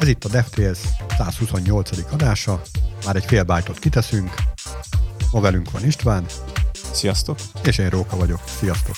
Ez itt a DevTales 128. adása, már egy fél bájtot kiteszünk. Ma velünk van István. Sziasztok! És én Róka vagyok. Sziasztok!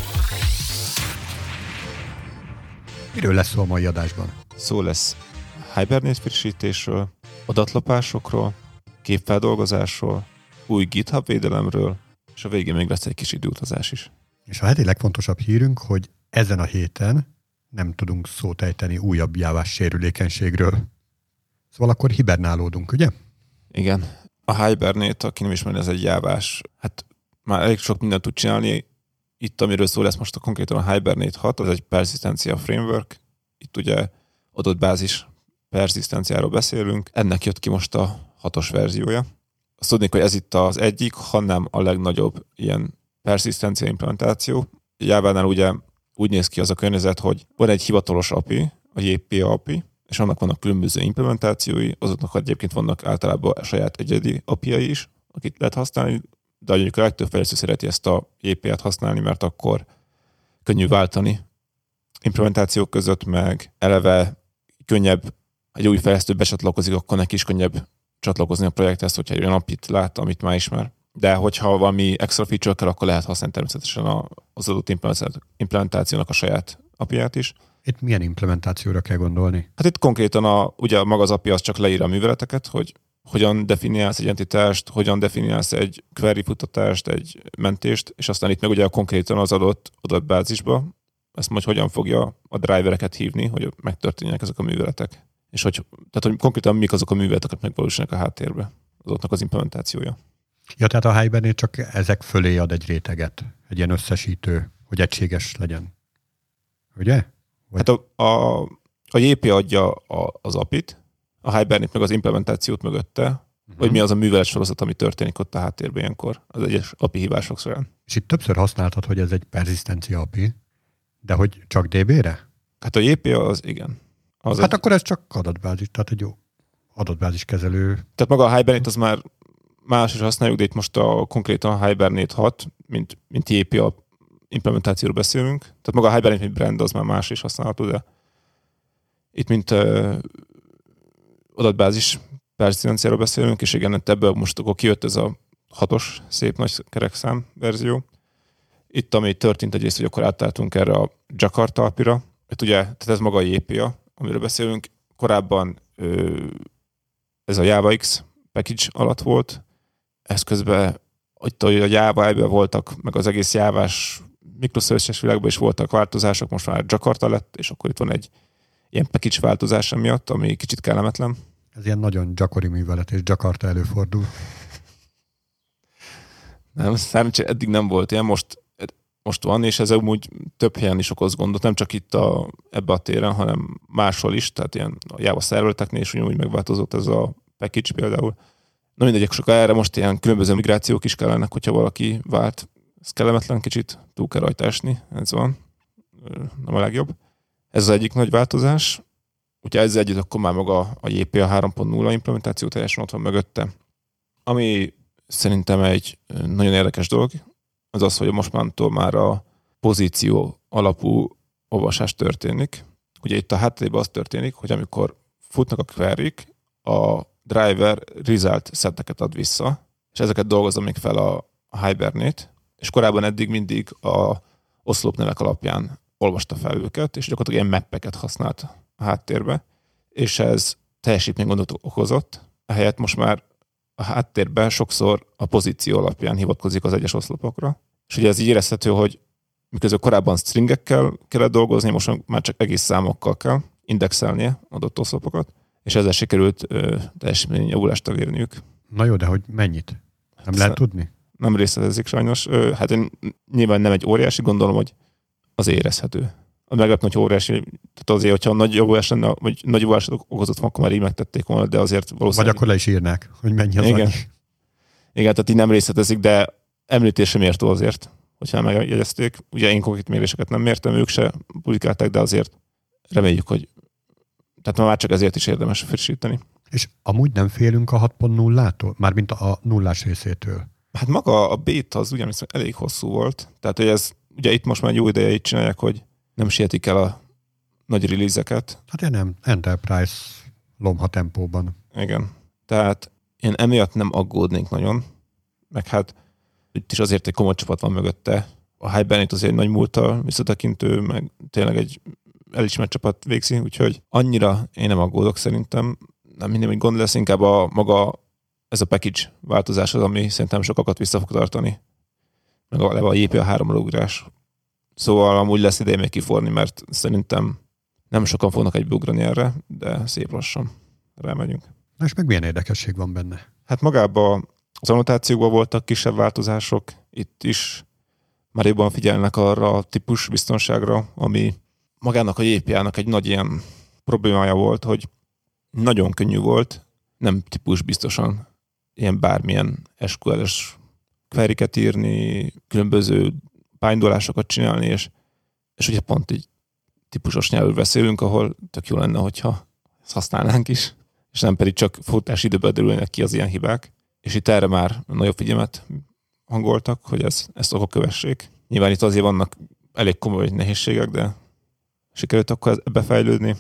Miről lesz szó a mai adásban? Szó lesz Hibernate frissítésről, adatlopásokról, képfeldolgozásról, új GitHub védelemről, és a végén még lesz egy kis időutazás is. És a heti legfontosabb hírünk, hogy ezen a héten nem tudunk szót ejteni újabb jávás sérülékenységről. Szóval akkor hibernálódunk, ugye? Igen. A Hibernate, aki nem ismeri, ez egy jávás. Hát már elég sok mindent tud csinálni. Itt, amiről szó lesz most konkrétan a Hibernate 6, az egy persisztencia framework. Itt ugye adatbázis persisztenciáról beszélünk. Ennek jött ki most a 6-os verziója. Azt tudnék, hogy ez itt az egyik, hanem a legnagyobb ilyen persisztencia implementáció. Jávánál ugye úgy néz ki az a környezet, hogy van egy hivatalos API, a JPA API, és annak vannak különböző implementációi, azoknak egyébként vannak általában a saját egyedi API-ai is, akit lehet használni, de mondjuk a legtöbb fejlesztő szereti ezt a JPA-t használni, mert akkor könnyű váltani implementációk között, meg eleve könnyebb, egy új fejlesztő becsatlakozik, akkor neki is könnyebb csatlakozni a projekthez, hogyha egy olyan API-t lát, amit már ismer. De hogyha valami extra feature kell, akkor lehet használni természetesen az adott implementációnak a saját API-ját is. Itt milyen implementációra kell gondolni? Hát itt konkrétan ugye maga az API az csak leír a műveleteket, hogy hogyan definiálsz egy entitást, hogyan definiálsz egy query futtatást, egy mentést, és aztán itt meg ugye konkrétan az adott adatbázisba, ezt majd hogyan fogja a drivereket hívni, hogy megtörténjenek ezek a műveletek. És hogy konkrétan mik azok a műveletek, megvalósulnak a háttérbe, azoknak az implementációja. Ja, tehát a Hibernate csak ezek fölé ad egy réteget, egy ilyen összesítő, hogy egységes legyen. Ugye? Vagy... Hát a JP adja az API-t, a Hibernate meg az implementációt mögötte, hogy mi az a művelet sorozat, ami történik ott a háttérben ilyenkor, az egyes API hívások során. És itt többször használtad, hogy ez egy persisztencia API, de hogy csak DB-re? Hát a JP az igen. Hát akkor ez csak adatbázis, tehát egy jó adatbázis kezelő. Tehát maga a Hibernate az már más is használjuk, de itt most konkrétan a Hibernate 6, mint JPA implementációról beszélünk. Tehát maga a Hibernate, mint brand, az már más is használható, de itt mint adatbázis persisztenciáról beszélünk, és igen, ebből most akkor kijött ez a 6-os szép nagy kerekszám verzió. Itt, ami történt egyrészt, hogy akkor átálltunk erre a Jakarta API-ra. Ugye, tehát ez maga a JPA, amiről beszélünk. Korábban ez a JavaX package alatt volt. Ez közben, hogy a Java-ben voltak, meg az egész Java-s mikroszervices világban is voltak változások, most már Jakarta lett, és akkor itt van egy ilyen package változás miatt, ami kicsit kellemetlen. Ez ilyen nagyon gyakori művelet, és Jakarta előfordul. Nem, szerencsére eddig nem volt ilyen, most van, és ez úgy több helyen is okoz gondot, nem csak itt ebbe a téren, hanem máshol is, tehát ilyen a Java szervereteknél is úgy megváltozott ez a package például. Na mindegy, sokkal erre most ilyen különböző migrációk is kellenek, hogyha valaki vált. Ez kellemetlen, kicsit túl kell rajta esni, ez van. Nem a legjobb. Ez az egyik nagy változás. Ugye ezzel együtt akkor már maga a JPA 3.0 implementáció teljesen ott van mögötte. Ami szerintem egy nagyon érdekes dolog, az az, hogy most már a pozíció alapú olvasás történik. Ugye itt a háttérben az történik, hogy amikor futnak a queryk, a driver result seteket ad vissza, és ezeket dolgozza még fel a Hibernate, és korábban eddig mindig a oszlopnevek alapján olvasta fel őket, és gyakorlatilag ilyen mappeket használt a háttérbe, és ez teljesítménygondot okozott, ehelyett most már a háttérben sokszor a pozíció alapján hivatkozik az egyes oszlopokra. És ugye ez így érezhető, hogy miközben korábban stringekkel kellett dolgozni, most már csak egész számokkal kell indexelnie adott oszlopokat, és ezzel sikerült teljesítményjavulást elérniük. Na jó, de hogy mennyit? Nem lehet tudni? Nem részletezik sajnos. Hát nyilván nem egy óriási, gondolom, hogy az érezhető. Meglepne, hogy óriási, tehát azért, hogyha nagy javulás lenne, vagy nagy javulás okozott van, akkor már így megtették volna, de azért valószínűleg... Vagy akkor le is írnák, hogy mennyi az annyi. Igen, tehát így nem részletezik, de említésre mértó azért, hogyha megjegyezték. Ugye én konkrét méréseket nem mértem, ők se publikálták, de azért reméljük, hogy tehát már csak ezért is érdemes frissíteni. És amúgy nem félünk a 6.0-tól? Mármint a nullás részétől? Hát maga a beta az ugyanis elég hosszú volt. Tehát, hogy ez ugye itt most már jó ideje így csinálják, hogy nem sietik el a nagy release-eket. Hát én nem, Enterprise lomha tempóban. Igen. Tehát én emiatt nem aggódnék nagyon, meg hát itt is azért egy komoly csapat van mögötte. A Hibernate azért egy nagy múlttal visszatekintő, meg tényleg egy elismert csapat végzi, úgyhogy annyira én nem aggódok szerintem. Nem minden, hogy gond lesz, inkább ez a package változás az, ami szerintem sokakat vissza fog tartani. Meg a JPA3-ra ugrás. Szóval amúgy lesz ideje még kiforni, mert szerintem nem sokan fognak egybeugrani erre, de szép lassan rámegyünk. Na és meg milyen érdekesség van benne? Hát magában az annotációkban voltak kisebb változások, itt is már jobban figyelnek arra a típus biztonságra, ami magának a JPA-nak egy nagy ilyen problémája volt, hogy nagyon könnyű volt, nem típus biztosan ilyen bármilyen SQL-es query-ket írni, különböző bindollásokat csinálni, és ugye pont így típusos nyelvről beszélünk, ahol tök jó lenne, hogyha ezt használnánk is, és nem pedig csak futási időben derülnek ki az ilyen hibák. És itt erre már nagyobb figyelmet hangoltak, hogy ezt kövessék. Nyilván itt azért vannak elég komoly nehézségek, de sikerült akkor ebbe fejlődni.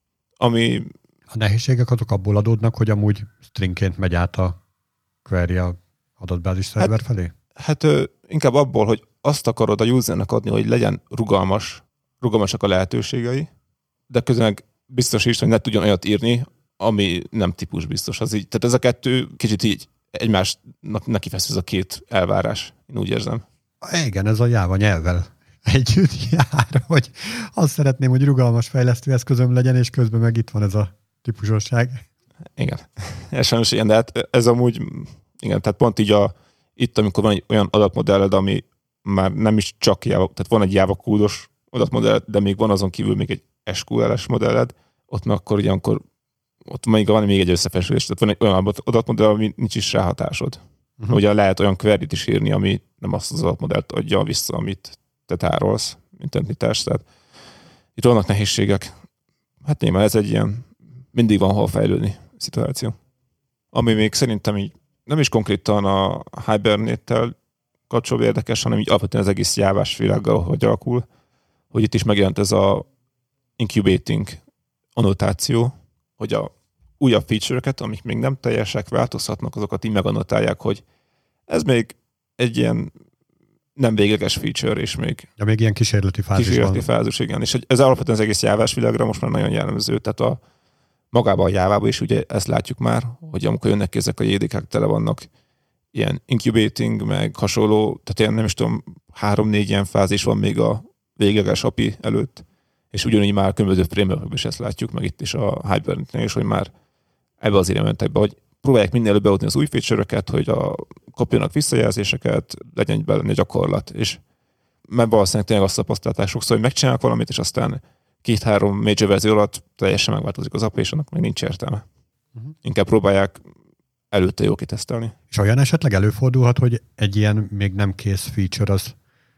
Ami... A nehézségek azok abból adódnak, hogy amúgy stringként megy át a query a adatbázis szerver felé? Hát inkább abból, hogy azt akarod a usernek adni, hogy legyen rugalmasak a lehetőségei, de közben biztosítsd, hogy ne tudjon olyat írni, ami nem típus biztos. Az így, tehát ez a kettő kicsit így egymásnak neki fesz ez a két elvárás. Én úgy érzem. Igen, ez a Java nyelvvel együtt jár, hogy azt szeretném, hogy rugalmas fejlesztőeszközöm legyen, és közben meg itt van ez a típusosság. Igen. Ez sajnos ilyen, de hát ez amúgy, igen, tehát pont így itt, amikor van egy olyan adatmodelled, ami már nem is csak Java, tehát van egy Java kódos adatmodelled, de még van azon kívül még egy SQL-es modelled, ott meg akkor ugyanakkor ott van még egy összefesülés, tehát van egy olyan adatmodell, ami nincs is ráhatásod. Ugye lehet olyan query-t is írni, ami nem azt az adatmodellt adja vissza, amit te tárolsz, mint entitás. Tehát itt vannak nehézségek. Hát nyilván ez egy ilyen mindig van hol fejlődni szituáció. Ami még szerintem így nem is konkrétan a Hibernate-tel kapcsolatban érdekes, hanem így alapvetően az egész jávás világgal, hogy alakul, hogy itt is megjelent ez a incubating annotáció, hogy a újabb feature-öket, amik még nem teljesek, változhatnak, azokat így meganotálják, hogy ez még egy ilyen nem végleges feature, és még... Ja, még ilyen kísérleti fázis, igen. És ez alapvetően az egész jávás világra most már nagyon jellemző. Tehát magában a jávában is ugye ezt látjuk már, hogy amikor jönnek ki ezek a JDK-k tele vannak ilyen incubating, meg hasonló, tehát ilyen nem is tudom, 3-4 ilyen fázis van még a végleges API előtt, és ugyanúgy már különböző frameworkben is ezt látjuk, meg itt is a Hibernate-nél is, hogy már ebbe az irányba mentek be, hogy próbálják minél előbb behozni az új feature-öket, hogy kapjanak visszajelzéseket, legyen belőle gyakorlat, és mert valószínűleg tényleg azt tapasztalták sokszor, hogy megcsinálnak valamit, és aztán 2-3 major verzió alatt teljesen megváltozik az API, és annak meg nincs értelme. Inkább próbálják előtte jó kitesztelni. És olyan esetleg előfordulhat, hogy egy ilyen még nem kész feature az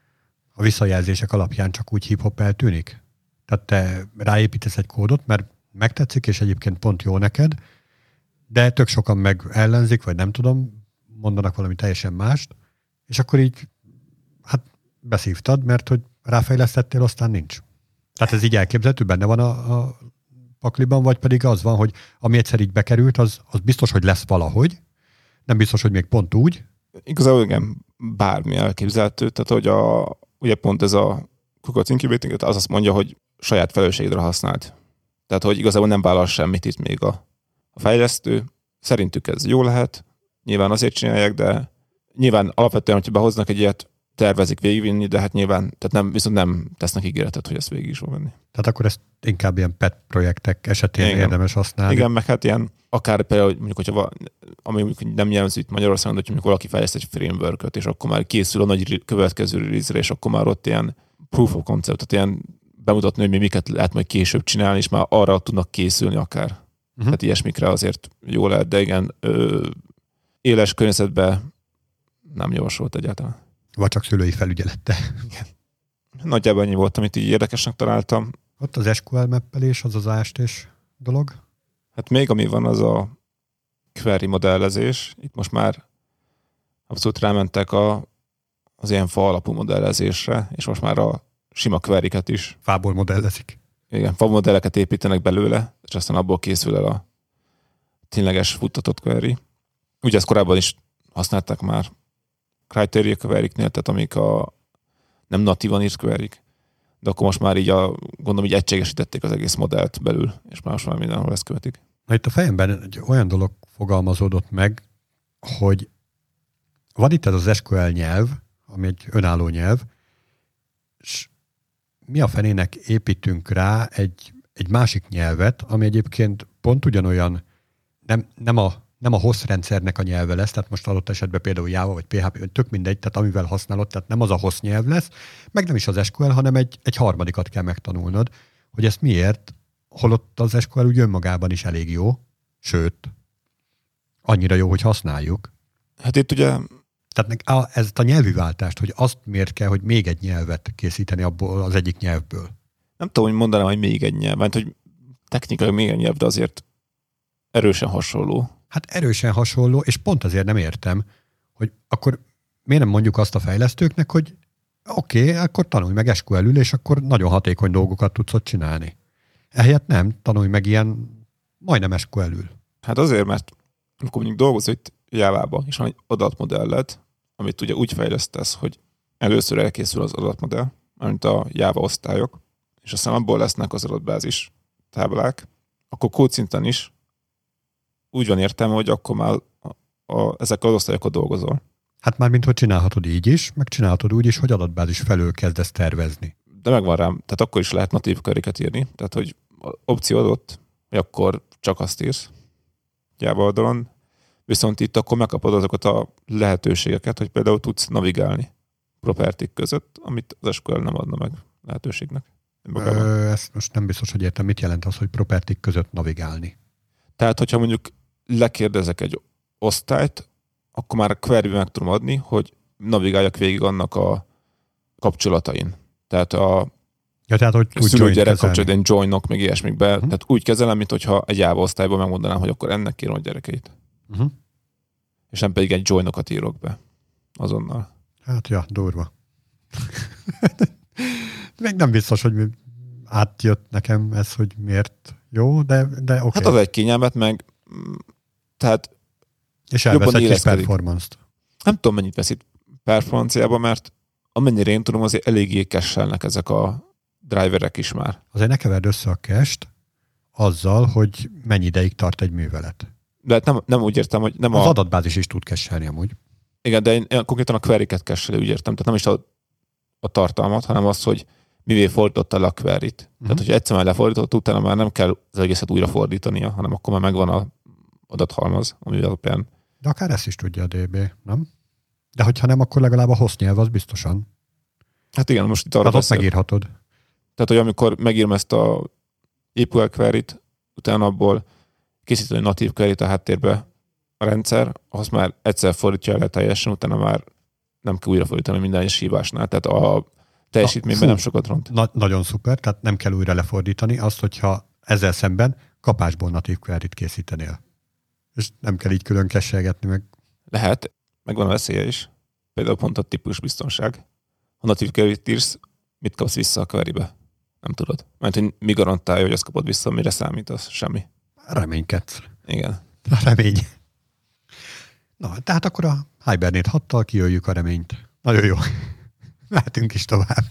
a visszajelzések alapján csak úgy hip-hop eltűnik? Tehát te ráépítesz egy kódot, mert megtetszik, és egyébként pont jó neked, de tök sokan meg ellenzik, vagy nem tudom, mondanak valami teljesen mást, és akkor így hát beszívtad, mert hogy ráfejlesztettél, aztán nincs. Tehát ez így elképzelhető, benne van a pakliban, vagy pedig az van, hogy ami egyszer így bekerült, az biztos, hogy lesz valahogy, nem biztos, hogy még pont úgy. Igazából igen, bármi elképzelhető, tehát hogy ugye pont ez a Kukac Incubating, az azt mondja, hogy saját felelősségedre használd. Tehát, hogy igazából nem vállal semmit itt még a fejlesztő. Szerintük ez jó lehet, nyilván azért csinálják, de nyilván alapvetően, hogyha behoznak egy ilyet, tervezik végigvinni, de hát nyilván, tehát viszont nem tesznek ígéretet, hogy ezt végig is fog venni. Tehát akkor ezt inkább ilyen pet projektek esetén igen. Érdemes használni. Igen, meg hát ilyen, akár például, mondjuk, hogyha ami mondjuk nem jellemző itt Magyarországon, hogy mondjuk valaki fejleszt egy frameworköt, és akkor már készül a nagy következő release-re, és akkor már ott ilyen proof of concept, tehát ilyen bemutatni, hogy mi miket lehet majd később csinálni, és már arra tudnak készülni akár. Tehát ilyesmikre azért jó lehet, de igen, éles környezetben nem javasolt egyáltalán. Vagy csak szülői felügyelette. Igen. Nagyjából ennyi volt, amit így érdekesnek találtam. Ott az SQL mappelés, az AST-s dolog? Hát még ami van, az a query modellezés. Itt most már abszolút rámentek az ilyen fa alapú modellezésre, és most már a sima queryket is. Fából modellezik. Igen, fa modelleket építenek belőle, és aztán abból készül el tényleges futtatott query. Ugye ezt korábban is használták már criteria query-knél, tehát amik a nem natívan írt query-k, de akkor most már így gondolom, így egységesítették az egész modellt belül, és most már mindenhol ezt követik. Na itt a fejemben egy olyan dolog fogalmazódott meg, hogy van itt ez az SQL nyelv, ami egy önálló nyelv, és mi a fenének építünk rá egy másik nyelvet, ami egyébként pont ugyanolyan, nem a host rendszernek a nyelve lesz, tehát most adott esetben például Java vagy PHP, tök mindegy, tehát amivel használod, tehát nem az a host nyelv lesz, meg nem is az SQL, hanem egy harmadikat kell megtanulnod, hogy ezt miért, holott az SQL úgy önmagában is elég jó, sőt, annyira jó, hogy használjuk. Hát itt ugye... Tehát ezt a nyelvi váltást, hogy azt miért kell, hogy még egy nyelvet készíteni abból az egyik nyelvből. Nem tudom, hogy mondanám, hogy még egy nyelv, mert hogy technikailag még egy nyelv, de azért erősen hasonló. Hát erősen hasonló, és pont azért nem értem, hogy akkor miért nem mondjuk azt a fejlesztőknek, hogy oké, akkor tanulj meg SQL-ül, és akkor nagyon hatékony dolgokat tudsz ott csinálni. Ehelyett nem, tanulj meg ilyen majdnem SQL-ül. Hát azért, mert amikor mondjuk dolgozol itt Java-ba, és van egy adatmodelled, amit ugye úgy fejlesztesz, hogy először elkészül az adatmodell, mint a Java osztályok, és aztán abból lesznek az adatbázis táblák, akkor kódszinten is úgy van értelme, hogy akkor már ezekkel az osztályokkal dolgozol. Hát már mint hogy csinálhatod így is, meg csinálhatod úgy is, hogy adatbázis felől kezdesz tervezni. De megvan rám, tehát akkor is lehet natív query-ket írni, tehát hogy opció adott, hogy akkor csak azt írsz Java oldalon, viszont itt akkor megkapod azokat a lehetőségeket, hogy például tudsz navigálni propertik között, amit az SQL nem adna meg lehetőségnek. Ezt most nem biztos, hogy értem, mit jelent az, hogy propertik között navigálni. Tehát, hogyha mondjuk lekérdezek egy osztályt, akkor már a query-be meg tudom adni, hogy navigáljak végig annak a kapcsolatain. Tehát hogy szülő-gyerek kapcsolatban joinok, meg ilyesmikbe. Tehát úgy kezelem, mint hogyha egy Java osztályban megmondanám, hogy akkor ennek kérem a gyerekeit. És nem pedig egy joinokat írok be azonnal. Hát ja, durva. Még nem biztos, hogy átjött nekem ez, hogy miért jó, de oké. Hát az egy kényelmet, meg tehát és elvesz egy kis performance-t. Nem tudom, mennyit vesz itt performanciába, mert amennyire én tudom, azért eléggé cache-elnek ezek a driverek is már. Azért ne keverd össze a cache-t azzal, hogy mennyi ideig tart egy művelet. De nem úgy értem, hogy nem az adatbázis is tud cache-elni amúgy. Igen, de én konkrétan a query-ket cache-elő, úgy értem. Tehát nem is a tartalmat, hanem az, hogy mivé fordította le a query-t. Tehát, hogyha egyszer már lefordított, utána már nem kell az egészet újra fordítania, hanem akkor már megvan az adathalmaz, ami alapján. De akár ezt is tudja a DB, nem? De hogyha nem, akkor legalább a host nyelv az biztosan. Hát igen, most itt arra hát ott megírhatod. Tehát, hogy amikor megírom ezt a EQL query-t, utána abból készíteni egy natív query-t a háttérbe a rendszer, ahhoz már egyszer fordítja le teljesen, utána már nem kell újra fordítani minden egyes hívásnál. Tehát a teljesítményben nem sokat ront. Nagyon szuper, tehát nem kell újra lefordítani azt, hogyha ezzel szemben kapásból natív query-t készítenél. És nem kell így külön kesselgetni meg. Lehet, megvan a veszélye is. Például pont a típus biztonság. Ha natív query-t írsz, mit kapsz vissza a query-be? Nem tudod. Mert hogy mi garantálja, hogy azt kapod vissza, mire számítasz? Semmi. Reménykedsz. Igen. Remény. Na, tehát akkor a Hibernate 6-tal kijöjjük a reményt. Nagyon jó. Mehetünk is tovább.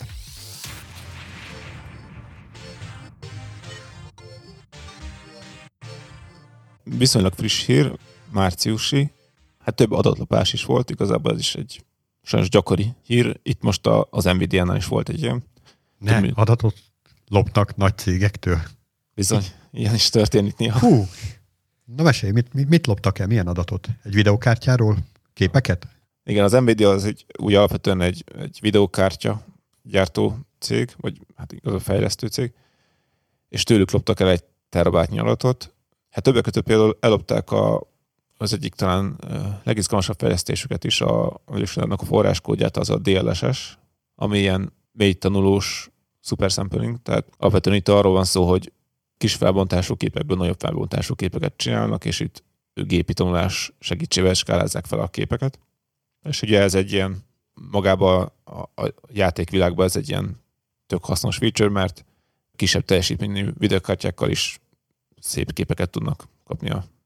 Viszonylag friss hír, márciusi. Hát több adatlopás is volt, igazából ez is egy sajnos gyakori hír. Itt most az Nvidia-nál is volt egy ilyen. Adatot lopnak nagy cégektől. Bizony, ilyen is történik néha. Hú, na mesélj, mit loptak el? Milyen adatot? Egy videokártyáról? Képeket? Igen, az Nvidia az úgy alapvetően egy videokártya gyártó cég, vagy hát igaz a fejlesztő cég, és tőlük loptak el 1 terabájtnyi adatot. Hát többek között például ellopták az egyik talán legizgalmasabb fejlesztésüket is, annak a forráskódját, az a DLSS, ami ilyen mély tanulós supersampling, tehát alapvetően itt arról van szó, hogy kis felbontású képekből nagyobb felbontású képeket csinálnak, és itt gépi tanulás segítségével skálázzák fel a képeket. És ugye ez egy ilyen, magában a játékvilágban ez egy ilyen tök hasznos feature, mert kisebb teljesítményű videokártyákkal is szép képeket tudnak kapni a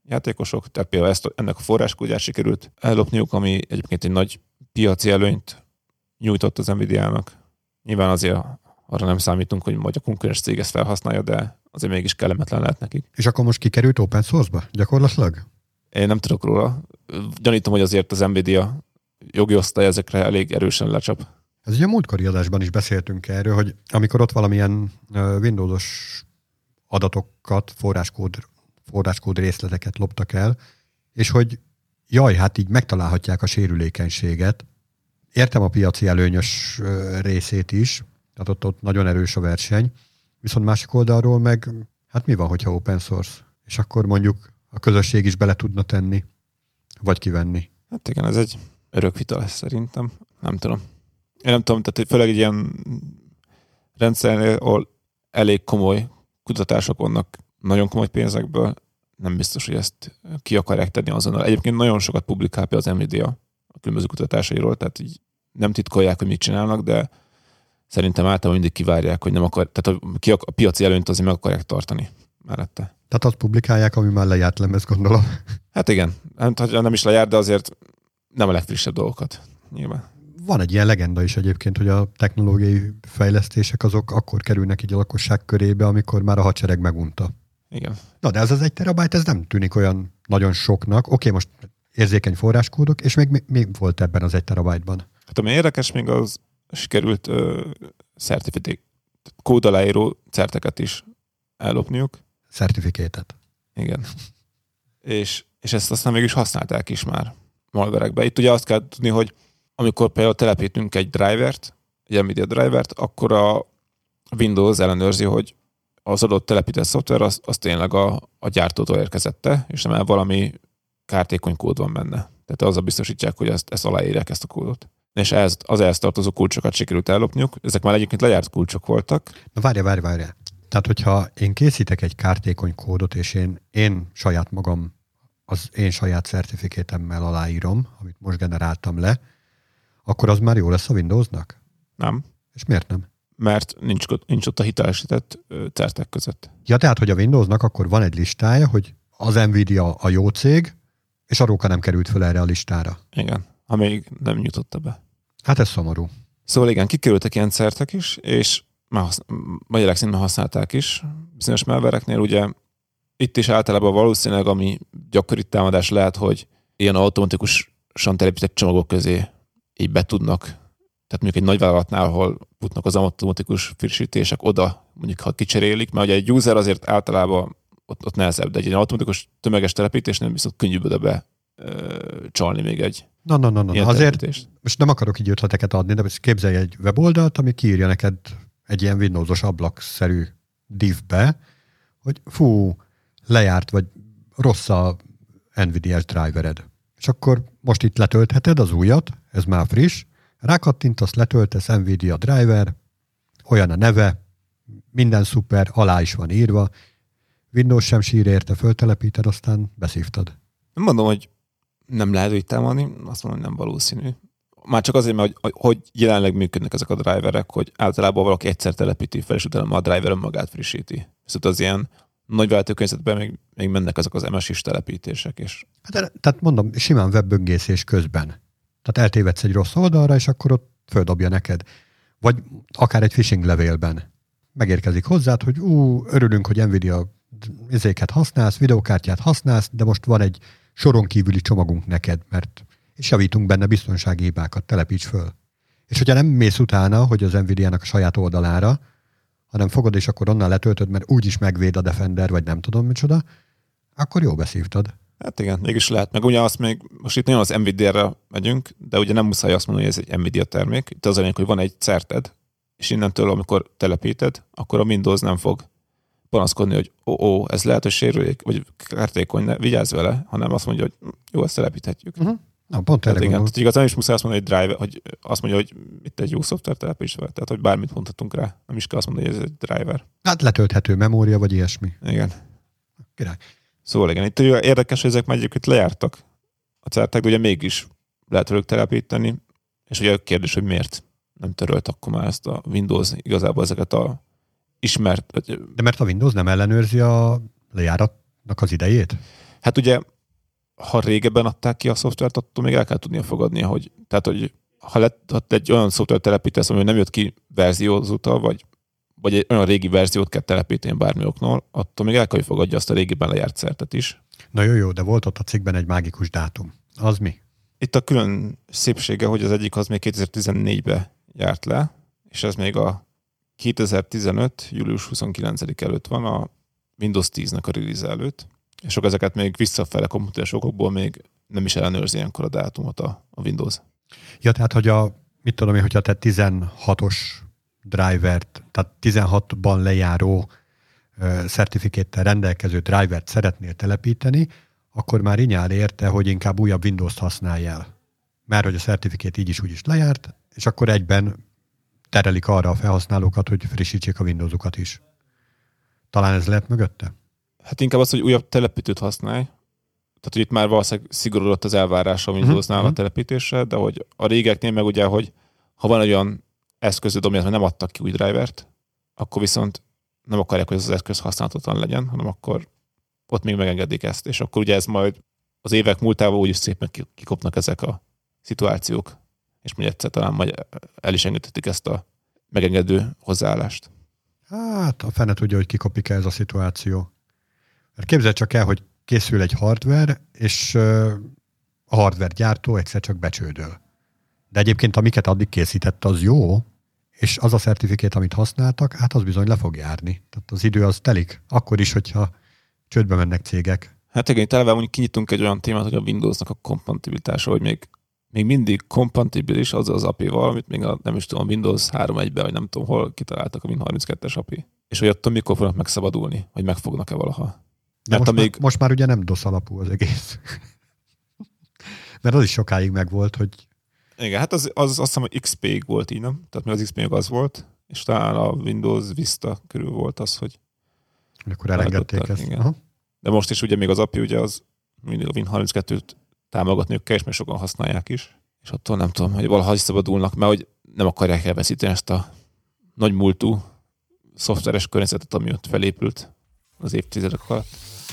játékosok, tehát például ennek a forráskódját sikerült ellopniuk, ami egyébként egy nagy piaci előnyt nyújtott az Nvidia-nak. Nyilván azért arra nem számítunk, hogy majd a konkurens cég ezt felhasználja, de azért mégis kellemetlen lehet nekik. És akkor most kikerült open source-ba gyakorlatilag? Én nem tudok róla. Gyanítom, hogy azért az Nvidia jogi osztály ezekre elég erősen lecsap. Ez ugye a múltkori adásban is beszéltünk erről, hogy amikor ott valamilyen Windows-os adatokat, forráskód részleteket loptak el, és hogy jaj, hát így megtalálhatják a sérülékenységet. Értem a piaci előnyös részét is, tehát ott nagyon erős a verseny, viszont másik oldalról meg, hát mi van, hogyha open source? És akkor mondjuk a közösség is bele tudna tenni, vagy kivenni. Hát igen, ez egy örök vita lesz szerintem. Nem tudom. Én nem tudom, tehát főleg egy ilyen rendszernél, ahol elég komoly kutatások vannak nagyon komoly pénzekből, nem biztos, hogy ezt ki akarják tenni azonnal. Egyébként nagyon sokat publikál az Nvidia a különböző kutatásairól, tehát így nem titkolják, hogy mit csinálnak, de szerintem általában mindig kivárják, hogy nem akar, tehát a piaci előnyt azért meg akarják tartani mellette. Tehát azt publikálják, ami már lejárt lemez, gondolom. Hát igen, nem is lejárt, de azért nem a legfrissebb dolgokat, nyilván. Van egy ilyen legenda is egyébként, hogy a technológiai fejlesztések azok akkor kerülnek így a lakosság körébe, amikor már a hadsereg megunta. Igen. Na, de ez az 1 terabájt, ez nem tűnik olyan nagyon soknak. Oké, most érzékeny forráskódok, és még mi volt ebben az 1 terabájtban? Hát ami érdekes, még az sikerült kódaláíró certeket is ellopniuk. Certifikétet. Igen. és ezt aztán mégis használták is már malverekbe. Itt ugye azt kell tudni, hogy amikor például telepítünk egy drivert, egy Nvidia drivert, akkor a Windows ellenőrzi, hogy az adott telepített szoftver az tényleg a gyártótól érkezette, és nem valami kártékony kód van benne. Tehát azzal biztosítják, hogy ezt aláírják, ezt a kódot. És az ehhez tartozó kulcsokat sikerült ellopniuk. Ezek már egyébként lejárt kulcsok voltak. Na várjál. Tehát, hogyha én készítek egy kártékony kódot, és én saját magam az én saját certifikétemmel aláírom, amit most generáltam le, akkor az már jó lesz a Windowsnak? Nem. És miért nem? Mert nincs ott a hitelesített certek között. Ja, tehát, hogy a Windowsnak akkor van egy listája, hogy az Nvidia a jó cég, és a Róka nem került föl erre a listára. Igen, ha még nem nyújtotta be. Hát ez szomorú. Szóval igen, kikerültek ilyen certek is, és magyarák szintén használták is. Bizonyos malvereknél ugye itt is általában valószínűleg, ami gyakori támadás lehet, hogy ilyen automatikusan telepített csomagok közé így betudnak. Tehát mondjuk egy nagyvállalatnál, ahol futnak az automatikus frissítések, oda mondjuk ha kicserélik, mert ugye egy user azért általában ott nehezebb, de egy automatikus tömeges telepítésnél viszont könnyűbb oda be csalni még egy ilyen azért most nem akarok így ötleteket adni, de képzelj egy weboldalt, ami kiírja neked egy ilyen Windows-os ablakszerű divbe, hogy lejárt, vagy rossz a Nvidia-s drivered. És akkor most itt letöltheted az újat, ez már friss, rákattintasz, letöltesz Nvidia driver, olyan a neve, minden szuper, alá is van írva, Windows sem sír érte, föltelepíted, aztán beszívtad. Nem mondom, hogy nem lehet úgy támadni, azt mondom, hogy nem valószínű. Már csak azért, mert hogy jelenleg működnek ezek a driverek, hogy általában valaki egyszer telepíti fel, és utána a driver önmagát frissíti. Viszont az ilyen nagy váltókörnyezetben még mennek ezek az MSI-s telepítések is. Hát, tehát mondom, simán webböngészés közben. Tehát eltévedsz egy rossz oldalra, és akkor ott földobja neked. Vagy akár egy phishing levélben. Megérkezik hozzád, hogy örülünk, hogy Nvidia izéket használsz, videokártyát használsz, de most van egy soron kívüli csomagunk neked, és javítunk benne biztonsági hibákat, telepíts föl. És hogyha nem mész utána, hogy az Nvidia-nak a saját oldalára, hanem fogod, és akkor onnan letöltöd, mert úgyis megvéd a Defender, vagy nem tudom micsoda, akkor jó beszívtad. Hát igen, mégis lehet. Meg ugye azt még, most itt nagyon az Nvidia-ra megyünk, de ugye nem muszáj azt mondani, hogy ez egy Nvidia termék. Itt az a lényeg, hogy van egy certed, és innentől, amikor telepíted, akkor a Windows nem fog panaszkodni, hogy ez lehet, hogy sérülék, vagy kártékony, ne vigyázz vele, hanem azt mondja, hogy jó, ezt telepíthetjük. Uh-huh. Na, pont erre igen, tehát igazán is muszáj azt mondani, hogy driver, hogy azt mondja, hogy itt egy jó szoftver telepíts vele, tehát hogy bármit mondhatunk rá, nem is kell azt mondani, hogy ez egy driver. Hát letölthető memória, vagy ilyesmi. Igen. Király. Szóval igen, itt ugye érdekes, hogy ezek már egyébként lejártak a certek, de ugye mégis lehet velük telepíteni, és ugye a kérdés, hogy miért nem törölt akkor már ezt a Windows igazából ezeket a ismert... De mert a Windows nem ellenőrzi a lejáratnak az idejét? Hát ugye, ha régebben adták ki a szoftvert, attól még el kell tudnia fogadnia, hogy ha egy olyan szoftvert telepítesz, ami nem jött ki verzió azóta, vagy egy olyan régi verziót kell telepíteni bármi oknól, attól még el kell, hogy fogadja azt a régiben lejárt szertet is. Na jó, de volt ott a cikkben egy mágikus dátum. Az mi? Itt a külön szépsége, hogy az egyik az még 2014-be járt le, és ez még a 2015. július 29 előtt van, a Windows 10-nek a release előtt, és sok ezeket még visszafele komputeres okokból még nem is ellenőrzi ilyenkor a dátumot a Windows. Ja, tehát, hogy hogyha te 16-os drivert, tehát 16-ban lejáró certificate-tel rendelkező drivert szeretnél telepíteni, akkor már inyál érte, hogy inkább újabb Windows-t használj el. Mert hogy a certificate így is úgy is lejárt, és akkor egyben terelik arra a felhasználókat, hogy frissítsék a Windows-ukat is. Talán ez lehet mögötte? Hát inkább az, hogy újabb telepítőt használj. Tehát, hogy itt már valószínűleg szigorúdott az elvárás a Windowsnál a telepítésre, de hogy a régeknél meg ugye, hogy ha van egy olyan eszközöd, amihez nem adtak ki új drivert, akkor viszont nem akarják, hogy az eszköz használhatatlan legyen, hanem akkor ott még megengedik ezt, és akkor ugye ez majd az évek múltával úgyis szépen kikopnak ezek a szituációk, és majd egyszer talán majd el is engedhetik ezt a megengedő hozzáállást. Hát a fene tudja, hogy kikopik ez a szituáció. Mert képzeld csak el, hogy készül egy hardware, és a hardware gyártó egyszer csak becsődöl. De egyébként amiket addig készített, az jó, és az a certifikát, amit használtak, hát az bizony le fog járni. Tehát az idő az telik. Akkor is, hogyha csődbe mennek cégek. Hát igen, itt eleve mondjuk kinyitunk egy olyan témát, hogy a Windowsnak a kompatibilitása, hogy még mindig kompatibilis az az API-val, amit még nem is tudom, Windows 3.1-ben, vagy nem tudom, hol kitaláltak a Win32-es API. És hogy attól mikor fognak megszabadulni, vagy megfognak-e valaha. De most már ugye nem DOS alapú az egész. Mert az is sokáig megvolt, hogy... Igen, hát az azt hiszem, hogy XP-ig volt így, nem? Tehát még az XP-ig az volt, és talán a Windows Vista körül volt az, hogy... Akkor elengedték ezt. De most is ugye még az API, ugye az mindig a Win32-t támogatniuk kell, és még sokan használják is. És attól nem tudom, hogy valaha is szabadulnak, mert hogy nem akarják elveszíteni ezt a nagy múltú szoftveres környezetet, ami ott felépült az évtizedek alatt.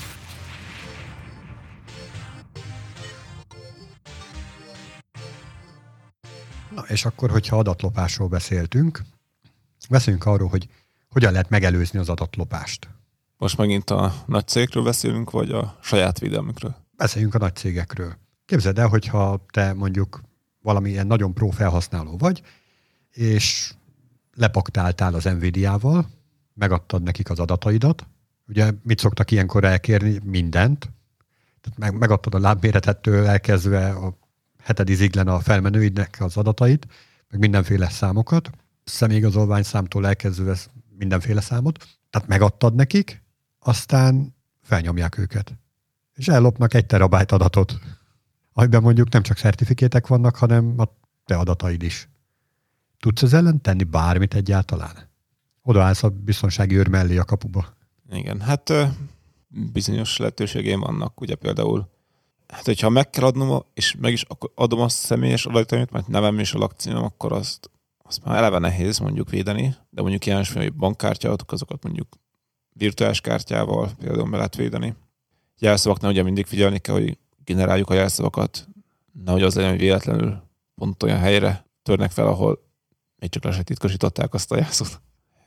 Na, és akkor, hogyha adatlopásról beszéljünk arról, hogy hogyan lehet megelőzni az adatlopást. Most megint a nagy cégekről beszélünk, vagy a saját védelmükről? Beszéljünk a nagy cégekről. Képzeld el, hogyha te mondjuk valamilyen nagyon pro felhasználó vagy, és lepaktáltál az Nvidia-val, megadtad nekik az adataidat. Ugye mit szoktak ilyenkor elkérni? Mindent. Tehát megadtad a lábméretettől elkezdve a 7. ziglen a felmenőidnek az adatait, meg mindenféle számokat, személyigazolványszámtól elkezdve mindenféle számot. Tehát megadtad nekik, aztán felnyomják őket. És ellopnak 1 terabájt adatot, amiben mondjuk nem csak szertifikétek vannak, hanem a te adataid is. Tudsz ez ellen tenni bármit egyáltalán? Odaállsz a biztonsági őr mellé a kapuba. Igen, hát bizonyos lehetőségeim vannak, ugye például, hát hogyha meg kell adnom, és meg is adom a személyes adataimat, mert nevem és a lakcímem, akkor azt már eleve nehéz mondjuk védeni, de mondjuk ilyen bankkártyázatok, azokat mondjuk virtuális kártyával például be lehet védeni. Jelszavaknál ugye mindig figyelni kell, hogy generáljuk a jelszavakat, nehogy az legyen, hogy véletlenül pont olyan helyre törnek fel, ahol még csak le se titkosították azt a jelszót.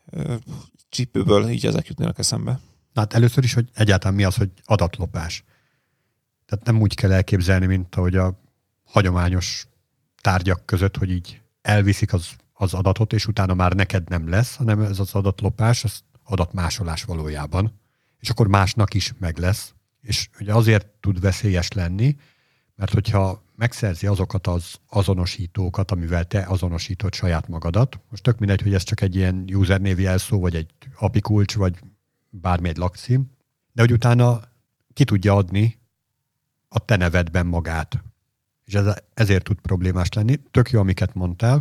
Csípőből így ezek jutnának eszembe. Hát először is, hogy egyáltalán mi az, hogy adatlopás. Tehát nem úgy kell elképzelni, mint ahogy a hagyományos tárgyak között, hogy így elviszik az adatot, és utána már neked nem lesz, hanem ez az adatlopás, az adatmásolás valójában. És akkor másnak is meg lesz. És ugye azért tud veszélyes lenni, mert hogyha megszerzi azokat az azonosítókat, amivel te azonosítod saját magadat, most tök mindegy, hogy ez csak egy ilyen usernév jelszó, vagy egy API kulcs, vagy bármi egy lakcím, de hogy utána ki tudja adni a te nevedben magát. És ezért tud problémás lenni. Tök jó, amiket mondtál.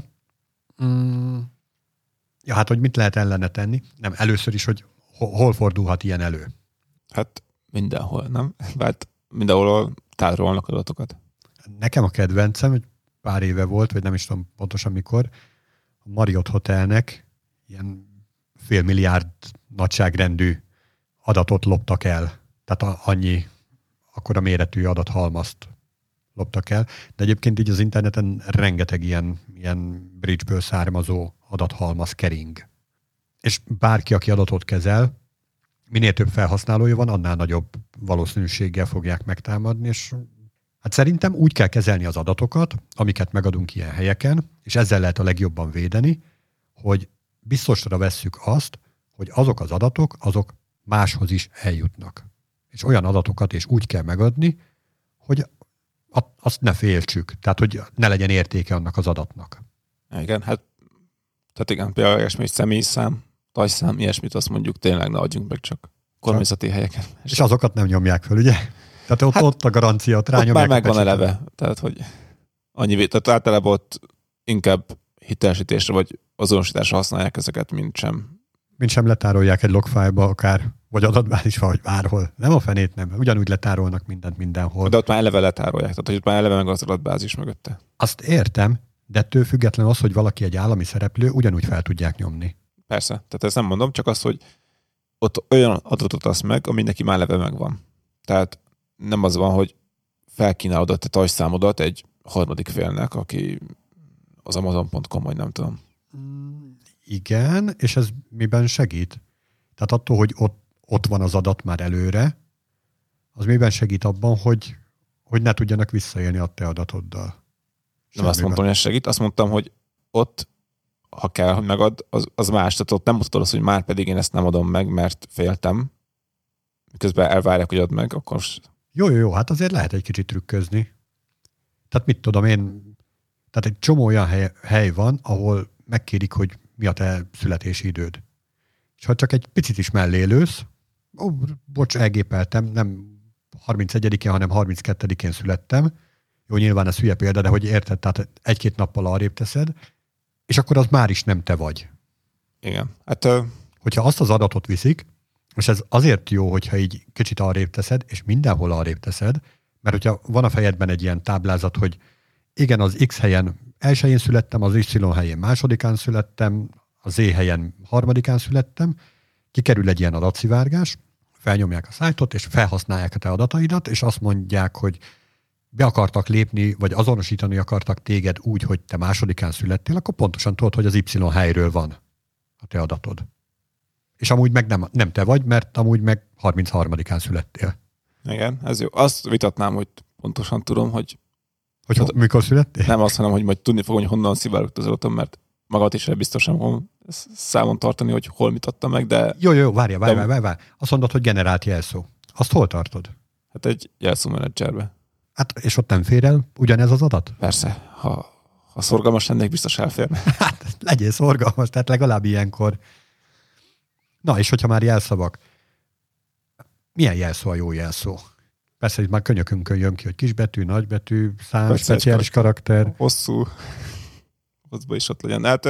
Ja, hát, hogy mit lehet ellene tenni? Nem, először is, hogy hol fordulhat ilyen elő? Hát mindenhol, nem? Hát mindenhol tárolnak adatokat. Nekem a kedvencem, hogy pár éve volt, vagy nem is tudom pontosan mikor, a Marriott Hotelnek ilyen $500 milliárd nagyságrendű adatot loptak el. Tehát akkora méretű adathalmazt loptak el, de egyébként így az interneten rengeteg ilyen bridge-ből származó adathalmaz kering. És bárki, aki adatot kezel, minél több felhasználója van, annál nagyobb valószínűséggel fogják megtámadni, és hát szerintem úgy kell kezelni az adatokat, amiket megadunk ilyen helyeken, és ezzel lehet a legjobban védeni, hogy biztosra vesszük azt, hogy azok az adatok, azok máshoz is eljutnak. És olyan adatokat is úgy kell megadni, hogy azt ne féltsük. Tehát, hogy ne legyen értéke annak az adatnak. Igen, hát tehát igen, például ilyesmi, hogy személyszám, tajszám, ilyesmit azt mondjuk tényleg ne adjunk meg csak kormányzati helyeken. És azokat nem nyomják föl, ugye? Tehát ott a garancia, ott rányomják. Ott már megvan eleve. Tehát, hogy tehát általában ott inkább hitelesítésre vagy azonosításra használják ezeket, mint sem letárolják egy logfájlba akár, vagy adatbázisba, vagy bárhol. Nem a fenét nem. Ugyanúgy letárolnak mindent mindenhol. De ott már eleve letárolják, tehát hogy ott már eleve meg az adatbázis mögötte. Azt értem, de ettől független az, hogy valaki egy állami szereplő, ugyanúgy fel tudják nyomni. Persze, tehát ezt nem mondom, csak az, hogy ott olyan adatot adsz meg, ami neki már eleve megvan. Tehát nem az van, hogy felkínálod a te tajszámodat egy harmadik félnek, aki az Amazon.com, vagy nem tudom. Igen, és ez miben segít? Tehát attól, hogy ott van az adat már előre, az miben segít abban, hogy ne tudjanak visszaélni a te adatoddal? Nem azt mondtam, hogy ez segít, azt mondtam, hogy ott, ha kell, hogy megad, az más. Tehát ott nem mutatod azt, hogy már pedig én ezt nem adom meg, mert féltem. Miközben elvárják, hogy add meg, akkor... Jó, hát azért lehet egy kicsit trükközni. Tehát mit tudom én, tehát egy csomó olyan hely van, ahol megkérik, hogy mi a te születési időd. És ha csak egy picit is mellé lősz, bocs, elgépeltem, nem 31-én, hanem 32-én születtem. Jó, nyilván ez hülye példa, de hogy érted, tehát egy-két nappal arrébb teszed, és akkor az már is nem te vagy. Igen. Hát, hogyha azt az adatot viszik, és ez azért jó, hogyha így kicsit arrébb teszed, és mindenhol arrébb teszed, mert hogyha van a fejedben egy ilyen táblázat, hogy igen, az X helyen elsőjén születtem, az Y helyén másodikán születtem, a Z helyen harmadikán születtem, kikerül egy ilyen adatszivárgás, felnyomják a szájtot, és felhasználják a te adataidat, és azt mondják, hogy be akartak lépni, vagy azonosítani akartak téged úgy, hogy te másodikán születtél, akkor pontosan tudod, hogy az Y helyről van a te adatod. És amúgy meg nem te vagy, mert amúgy meg 33-án születtél. Igen, ez jó. Azt vitatnám, hogy pontosan tudom, hogy mikor születtél? Nem azt, hanem, hogy majd tudni fogom, hogy honnan szivárgott az adatom, mert magad is biztosan fogom számon tartani, hogy hol mit adtam meg, de... Jó, várj. Azt mondod, hogy generált jelszó. Azt hol tartod? Hát egy jelszómenedzserbe. Hát, és ott nem fér el ugyanez az adat? Persze. Ha szorgalmas lennék, biztos elférne. Hát, legyél szorgalmas, tehát legalább ilyenkor. Na, és hogyha már jelszavak, milyen jelszó a jó jelszó? Persze, hogy már könyökünkön jön ki, hogy kisbetű, nagybetű, szám, speciális karakter. Hosszú. Hosszba is ott legyen. Hát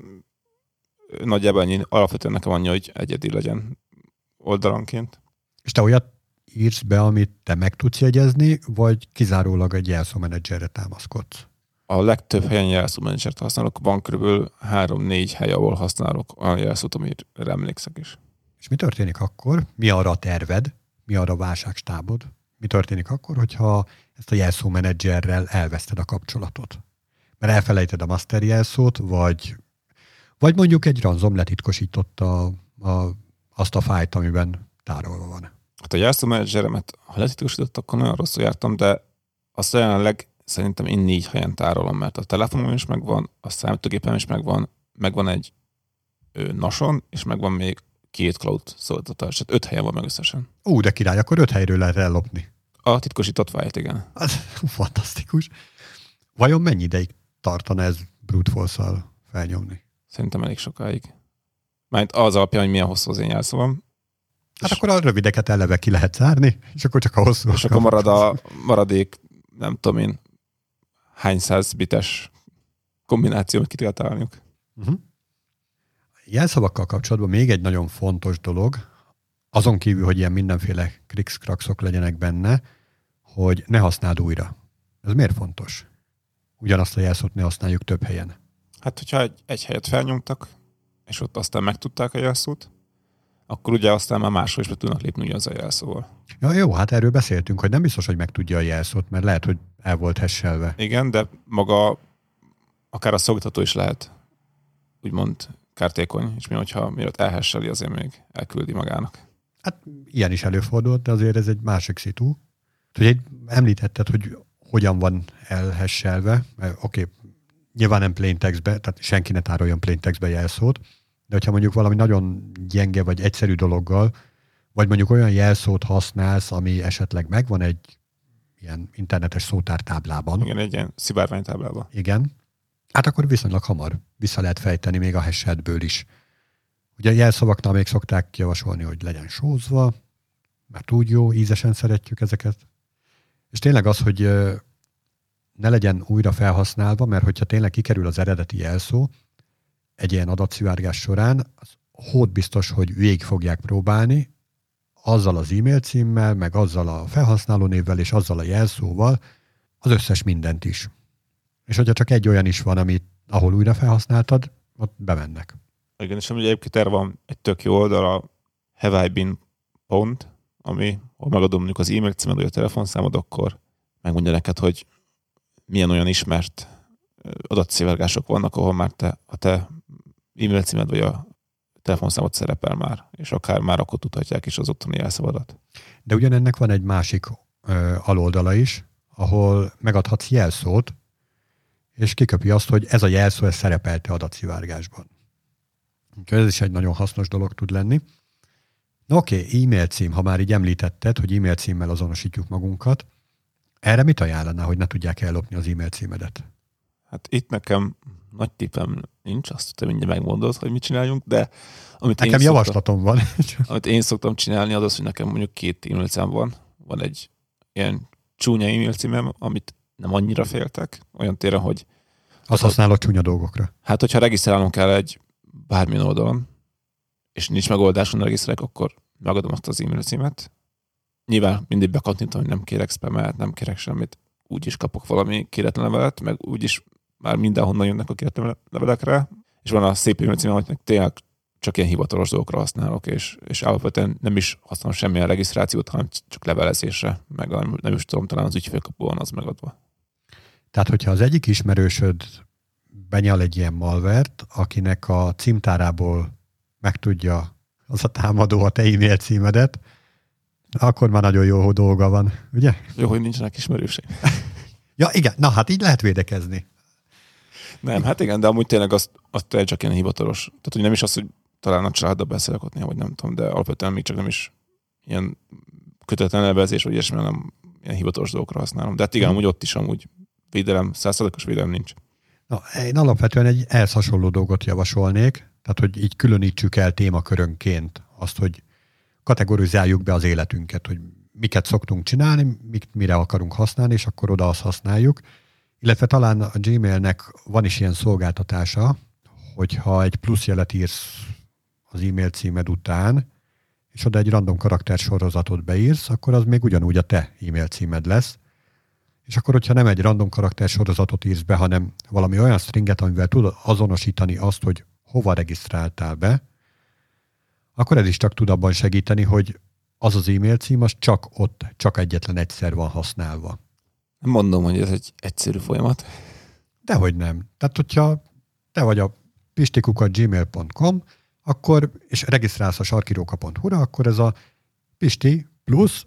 nagyjából ennyi. Alapvetően nekem annyi, hogy egyedi legyen oldalanként. És te olyat írsz be, amit te meg tudsz jegyezni, vagy kizárólag egy jelszómenedzserre támaszkodsz? A legtöbb helyen jelszómenedzsert használok. Van körülbelül 3-4 hely, ahol használok olyan jelszót, amire emlékszek is. És mi történik akkor? Mi arra a terved? Mi arra a válságstábod? Mi történik akkor, hogyha ezt a jelszómenedzserrel elveszted a kapcsolatot? Mert elfelejted a master jelszót, vagy mondjuk egy ransom letitkosította azt a fájlt, amiben tárolva van. Hát a jelszómenedzseremet, ha letitkosított, akkor nagyon rosszul jártam, de azt jelenleg szerintem én 4 helyen tárolom, mert a telefonom is megvan, a számítógépem is megvan egy NAS-on, és megvan még 2 cloud szolgáltatás, tehát 5 helyen van meg összesen. De király, akkor 5 helyről lehet ellopni. A titkosított fájlt, igen. Az fantasztikus. Vajon mennyi ideig tartana ez brute force-szal felnyomni? Szerintem elég sokáig. Mert az alapján, hogy milyen hosszú az én jelszavam. Hát akkor a rövideket eleve ki lehet zárni, és akkor csak a hosszú. És akkor marad a maradék, nem tudom én, hány 100 bites kombináció, amit ki kell találniuk. Jelszavakkal kapcsolatban még egy nagyon fontos dolog, azon kívül, hogy ilyen mindenféle krikszkrakszok legyenek benne, hogy ne használd újra. Ez miért fontos? Ugyanazt a jelszót ne használjuk több helyen. Hát, hogyha egy helyet felnyomtak, és ott aztán megtudták a jelszót, akkor ugye aztán már máshol is be tudnak lépni ugyanaz a jelszóval. Ja, jó, hát erről beszéltünk, hogy nem biztos, hogy megtudja a jelszót, mert lehet, hogy el volt hesselve. Igen, de maga akár a szolgáltató is lehet úgymond kártékony, és mi, hogyha mielőtt elhesseli, azért még elküldi magának. Hát ilyen is előfordult, de azért ez egy másik szitu. Ugye említetted, hogy hogyan van elhesselve. Oké, nyilván nem plain textbe, tehát senki ne tároljon plain textbe jelszót, de hogyha mondjuk valami nagyon gyenge vagy egyszerű dologgal, vagy mondjuk olyan jelszót használsz, ami esetleg megvan egy ilyen internetes szótártáblában. Igen, egy ilyen szivárványtáblában. Igen. Hát akkor viszonylag hamar vissza lehet fejteni még a hasheltből is. Ugye a jelszavaknál még szokták javasolni, hogy legyen sózva, mert úgy jó, ízesen szeretjük ezeket. És tényleg az, hogy ne legyen újra felhasználva, mert hogyha tényleg kikerül az eredeti jelszó egy ilyen adatszivárgás során, az hód biztos, hogy végig fogják próbálni azzal az e-mail címmel, meg azzal a felhasználónévvel és azzal a jelszóval az összes mindent is. És hogyha csak egy olyan is van, ahol újra felhasználtad, ott bemennek. Igen, és egyébként erre van egy tök jó oldal, a haveibeen.pont, ami, ha megadom mondjuk az e-mail címed, vagy a telefonszámod, akkor megmondja neked, hogy milyen olyan ismert adatszivárgások vannak, ahol már a te e-mail címed, vagy a telefonszámod szerepel már, és akár már akkor tudhatják is az otthoni jelszavadat. De ugyanennek van egy másik aloldala is, ahol megadhatsz jelszót, és kiköpi azt, hogy ez a jelszó ez szerepelte adatszivárgásban. Úgyhogy ez is egy nagyon hasznos dolog tud lenni. Na oké, e-mail cím, ha már így említetted, hogy e-mail címmel azonosítjuk magunkat, erre mit ajánlaná, hogy ne tudják ellopni az e-mail címedet? Hát itt nekem nagy tippem nincs, azt te mindjárt megmondod, hogy mit csináljunk, de nekem javaslatom van. Amit én szoktam csinálni, az, hogy nekem mondjuk 2 e-mail cím van. Van egy ilyen csúnya e-mail címem, amit nem annyira féltek, olyan téren, hogy... Azt használod csúnya dolgokra. Hát, hogyha regisztrálnom kell egy bármilyen oldalon, és nincs megoldáson regisztrálok, akkor megadom azt az e-mail címet. Nyilván mindig bekattintom, hogy nem kérek spammelt, nem kérek semmit. Úgyis kapok valami kéretlen levelet, meg úgyis már mindenhonnan jönnek a kéretlen levelekre. És van a szép e-mail címem, hogy tényleg csak ilyen hivatalos dolgokra használok, és alapvetően nem is használom semmilyen regisztrációt, hanem csak levelezésre, meg nem is tudom, talán az ügyfélkapuban az megadva. Tehát, hogyha az egyik ismerősöd benyal egy ilyen malvert, akinek a címtárából megtudja az a támadó a te e-mail címedet, akkor már nagyon jó dolga van, ugye? Jó, hogy nincsenek ismerőség. Ja, igen, na hát így lehet védekezni. Nem, hát igen, de amúgy tényleg azt csak ilyen hivatalos. Tehát, hogy nem is az, hogy talán a családdal beszélek ott néha, vagy nem tudom, de alapvetően még csak nem is ilyen kötetlen levelezés, vagy ilyesmi, hanem ilyen hivatalos dolgokra használom. De hát igen, amúgy ott is amúgy védelem, 100%-os védelem nincs. Na, én alapvetően egy ehhez hasonló dolgot javasolnék, tehát, hogy így különítsük el témakörönként azt, hogy kategorizáljuk be az életünket, hogy miket szoktunk csinálni, mire akarunk használni, és akkor oda azt használjuk. Illetve talán a Gmailnek van is ilyen szolgáltatása, hogyha egy pluszjelet írsz az e-mail címed után, és oda egy random karaktersorozatot beírsz, akkor az még ugyanúgy a te e-mail címed lesz. És akkor, hogyha nem egy random karaktersorozatot írsz be, hanem valami olyan stringet, amivel tudod azonosítani azt, hogy hova regisztráltál be, akkor ez is csak tud abban segíteni, hogy az az e-mail cím, az csak egyetlen egyszer van használva. Nem mondom, hogy ez egy egyszerű folyamat. Dehogy nem. Tehát, hogyha te vagy a pistikukat.gmail.com, akkor, és regisztrálsz a sarkiróka.hu-ra, akkor ez a pisti plusz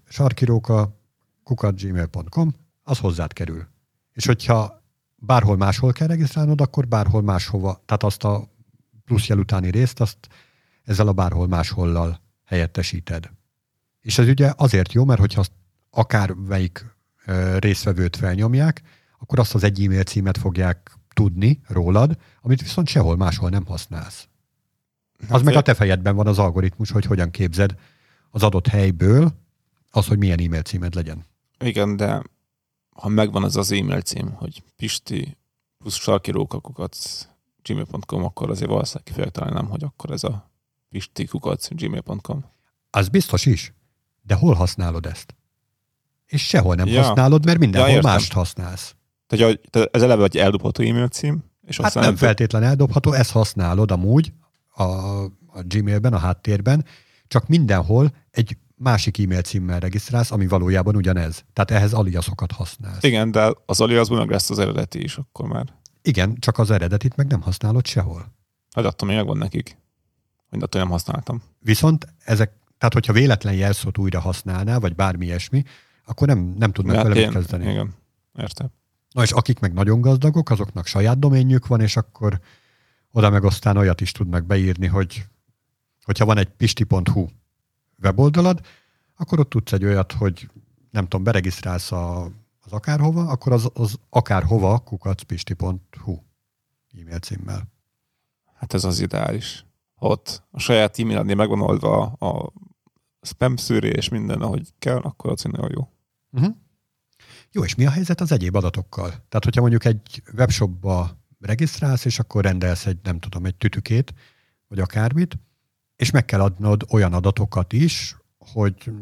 sarkiróka@gmail.com, az hozzád kerül. És hogyha bárhol máshol kell regisztrálnod, akkor bárhol máshova, tehát azt a pluszjel utáni részt, azt ezzel a bárhol máshollal helyettesíted. És ez ugye azért jó, mert hogyha azt akármelyik résztvevőt felnyomják, akkor azt az egy e-mail címet fogják tudni rólad, amit viszont sehol máshol nem használsz. Az meg a te fejedben van az algoritmus, hogy hogyan képzed az adott helyből az, hogy milyen e-mail címed legyen. Igen, de ha megvan az e-mail cím, hogy pisti plusz sarkiróka@gmail.com, akkor azért valószínűleg ki fogják találni, hogy akkor ez a pistikukat@gmail.com. Az biztos is. De hol használod ezt? És sehol nem használod, mert mindenhol mást használsz. Tehát ez eleve egy eldobható e-mail cím. És hát nem feltétlen eldobható, ezt használod amúgy a Gmailben, a háttérben, csak mindenhol egy másik e-mail címmel regisztrálsz, ami valójában ugyanez. Tehát ehhez aliasokat használsz. Igen, de az aliasból meg lesz az eredeti is akkor már. Igen, csak az eredetit meg nem használod sehol. Hát attól még megvan nekik. Hogy attól nem használtam. Viszont ezek, tehát hogyha véletlen jelszót újra használnál, vagy bármi ilyesmi, akkor nem tudnak Hát vele mit kezdeni. Igen, értem. Na és akik meg nagyon gazdagok, azoknak saját doménjük van, és akkor oda meg aztán olyat is tudnak beírni, hogyha van egy pisti.hu weboldalad, akkor ott tudsz egy olyat, hogy nem tudom, beregisztrálsz az akárhova, akkor az akárhova @pisti.hu e-mail címmel. Hát ez az ideális. Ha ott a saját e-mailadnél megvan oldva a spam szűrés, minden, ahogy kell, akkor az nagyon jó. Uh-huh. Jó, és mi a helyzet az egyéb adatokkal? Tehát, hogyha mondjuk egy webshopba regisztrálsz, és akkor rendelsz egy tütükét, vagy akármit, és meg kell adnod olyan adatokat is, hogy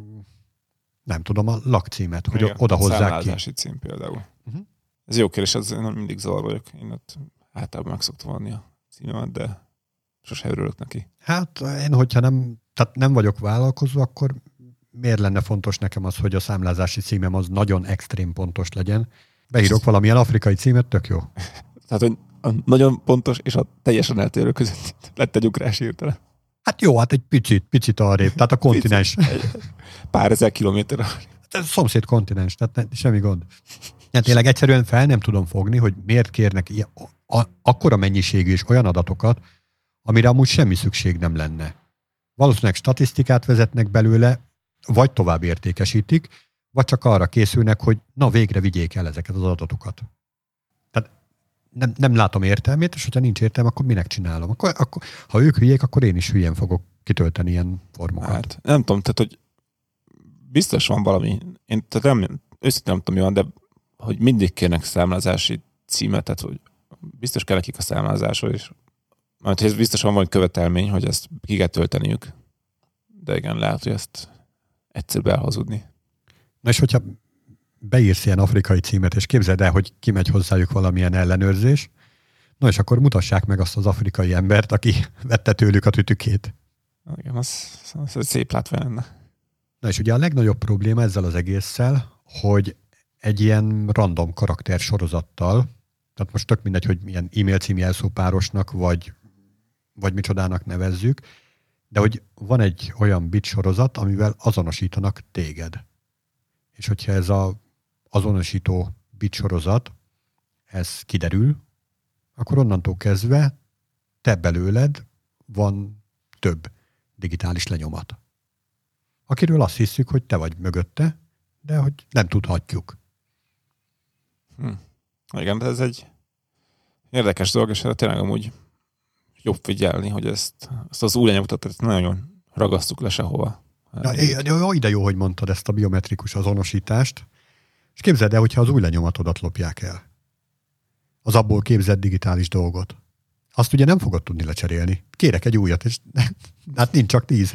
nem tudom, a lakcímet, hogy igen, oda hozzák ki. Számlázási cím például. Uh-huh. Ez jó kérdés, ez nem mindig zavar vagyok. Én ott általában meg szoktam adni a címemet, de sose örülök neki. Hát én, hogyha nem vagyok vállalkozó, akkor miért lenne fontos nekem az, hogy a számlázási címem az nagyon extrém pontos legyen? Beírok valamilyen afrikai címet, tök jó. Tehát, hogy a nagyon pontos és a teljesen eltérő között lett egy ugrás hirtelen. Hát jó, hát egy picit arrébb, tehát a kontinens. Pár ezer kilométer. Ez szomszéd kontinens, tehát semmi gond. Hát tényleg egyszerűen fel nem tudom fogni, hogy miért kérnek akkora mennyiségű és olyan adatokat, amire amúgy semmi szükség nem lenne. Valószínűleg statisztikát vezetnek belőle, vagy tovább értékesítik, vagy csak arra készülnek, hogy na végre vigyék el ezeket az adatokat. Tehát nem látom értelmét, és hogyha nincs értelme, akkor minek csinálom? Akkor, ha ők hülyék, akkor én is hülyén fogok kitölteni ilyen formokat. Hát, nem tudom, tehát, hogy biztos van valami, én őszintén nem tudom, mi van, de hogy mindig kérnek számlázási címet, tehát hogy biztos kell nekik a számlázásról, és mert ez biztos van valami követelmény, hogy ezt ki kell tölteniük. De igen, lehet, hogy ezt egyszerűbb elhazudni. Na és hogyha beírsz ilyen afrikai címet, és képzeld el, hogy kimegy hozzájuk valamilyen ellenőrzés, na és akkor mutassák meg azt az afrikai embert, aki vette tőlük a tütükét. Igen, az szép látvány lenne. Na és ugye a legnagyobb probléma ezzel az egésszel, hogy egy ilyen random karakter sorozattal, tehát most tök mindegy, hogy milyen e-mail cím jelszópárosnak, vagy micsodának nevezzük, de hogy van egy olyan bit sorozat, amivel azonosítanak téged. És hogyha ez az azonosító bit sorozat, ez kiderül, akkor onnantól kezdve te belőled van több digitális lenyomat. Akiről azt hiszük, hogy te vagy mögötte, de hogy nem tudhatjuk. Igen, de ez egy érdekes dolog, és tényleg amúgy jobb figyelni, hogy ezt az új lenyomatot nagyon ragasztuk le sehova. Ide jó, hogy mondtad ezt a biometrikus azonosítást, és képzeld el, hogyha az új lenyomatodat lopják el. Az abból képzett digitális dolgot. Azt ugye nem fogod tudni lecserélni. Kérek egy újat, és hát nincs csak 10.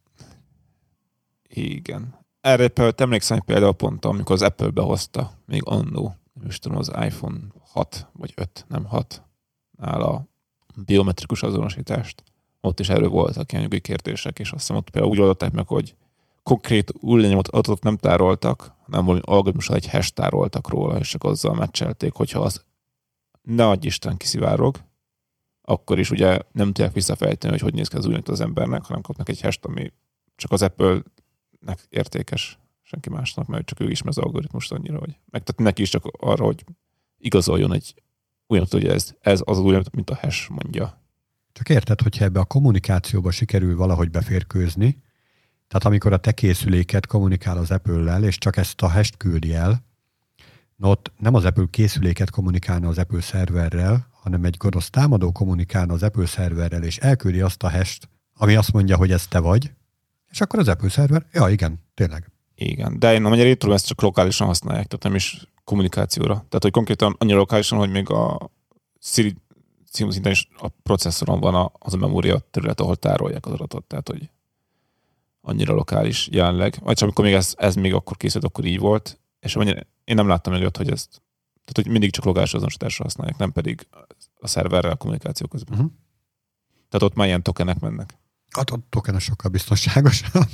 Igen. Erre emlékszem például pont, amikor az Apple behozta, még annó, nem is tudom, az iPhone 6 vagy 5, nem 6, áll a biometrikus azonosítást. Ott is erről voltak ilyen jogi kérdések, és azt hiszem ott például úgy oldották meg, hogy konkrét új lenyomat adatot nem tároltak, hanem valami algoritmussal egy hash tároltak róla, és csak azzal meccselték, hogyha az ne adj Isten kiszivárog, akkor is ugye nem tudják visszafejteni, hogy néz ki az új az embernek, hanem kapnak egy hash-t, ami csak az Apple-nek értékes, senki másnak, mert csak ő ismer az algoritmust annyira, hogy megtetni neki is csak arra, hogy igazoljon egy ugyanúgy, hogy ez az új, mint a hash mondja. Csak érted, hogyha ebbe a kommunikációba sikerül valahogy beférkőzni, tehát amikor a te készüléket kommunikál az Apple-lel, és csak ezt a hash-t küldi el, ott nem az Apple készüléket kommunikálna az Apple szerverrel, hanem egy gonosz támadó kommunikálna az Apple szerverrel, és elküldi azt a hash-t, ami azt mondja, hogy ez te vagy, és akkor az Apple szerver, ja igen, tényleg. Igen, de én amennyire tudom, ezt csak lokálisan használják, tehát nem is kommunikációra. Tehát, hogy konkrétan annyira lokálisan, hogy még a Siri szinten is a processzoron van az a memória terület, ahol tárolják az adatot, tehát, hogy annyira lokális jelenleg. Vagy csak amikor még ez még akkor készült, akkor így volt, és én nem láttam még ott, hogy ezt, tehát, hogy mindig csak lokális azonosításra használják, nem pedig a szerverrel a kommunikáció közben. Uh-huh. Tehát ott már ilyen tokenek mennek. A token sokkal biztonságosabb.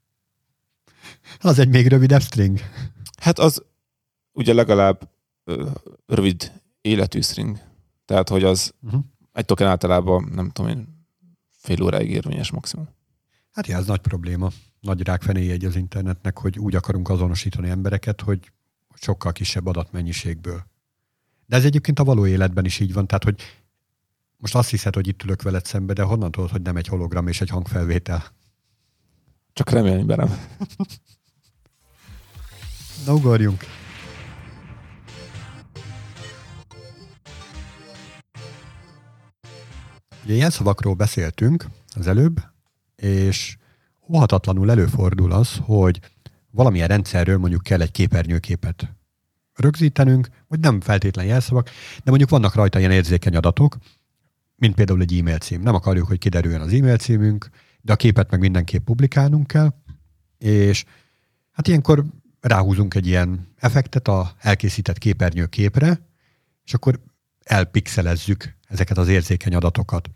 Az egy még rövidebb string. Hát az ugye legalább rövid életű string. Tehát, hogy az egy token általában, nem tudom én, fél óráig érvényes maximum. Hát ja, ez nagy probléma. Nagy rákfenéjegy az internetnek, hogy úgy akarunk azonosítani embereket, hogy sokkal kisebb adatmennyiségből. De ez egyébként a való életben is így van, tehát, hogy most azt hiszed, hogy itt ülök veled szembe, de honnan tudod, hogy nem egy hologram és egy hangfelvétel? Csak remélni berem. Na, ugorjunk. Ugye ilyen szavakról beszéltünk az előbb, és óhatatlanul előfordul az, hogy valamilyen rendszerről mondjuk kell egy képernyőképet rögzítenünk, vagy nem feltétlen jelszavak, de mondjuk vannak rajta ilyen érzékeny adatok, mint például egy e-mail cím. Nem akarjuk, hogy kiderüljön az e-mail címünk, de a képet meg mindenképp publikálnunk kell, és hát ilyenkor ráhúzunk egy ilyen effektet a elkészített képernyőképre, és akkor elpixelezzük ezeket az érzékeny adatokat.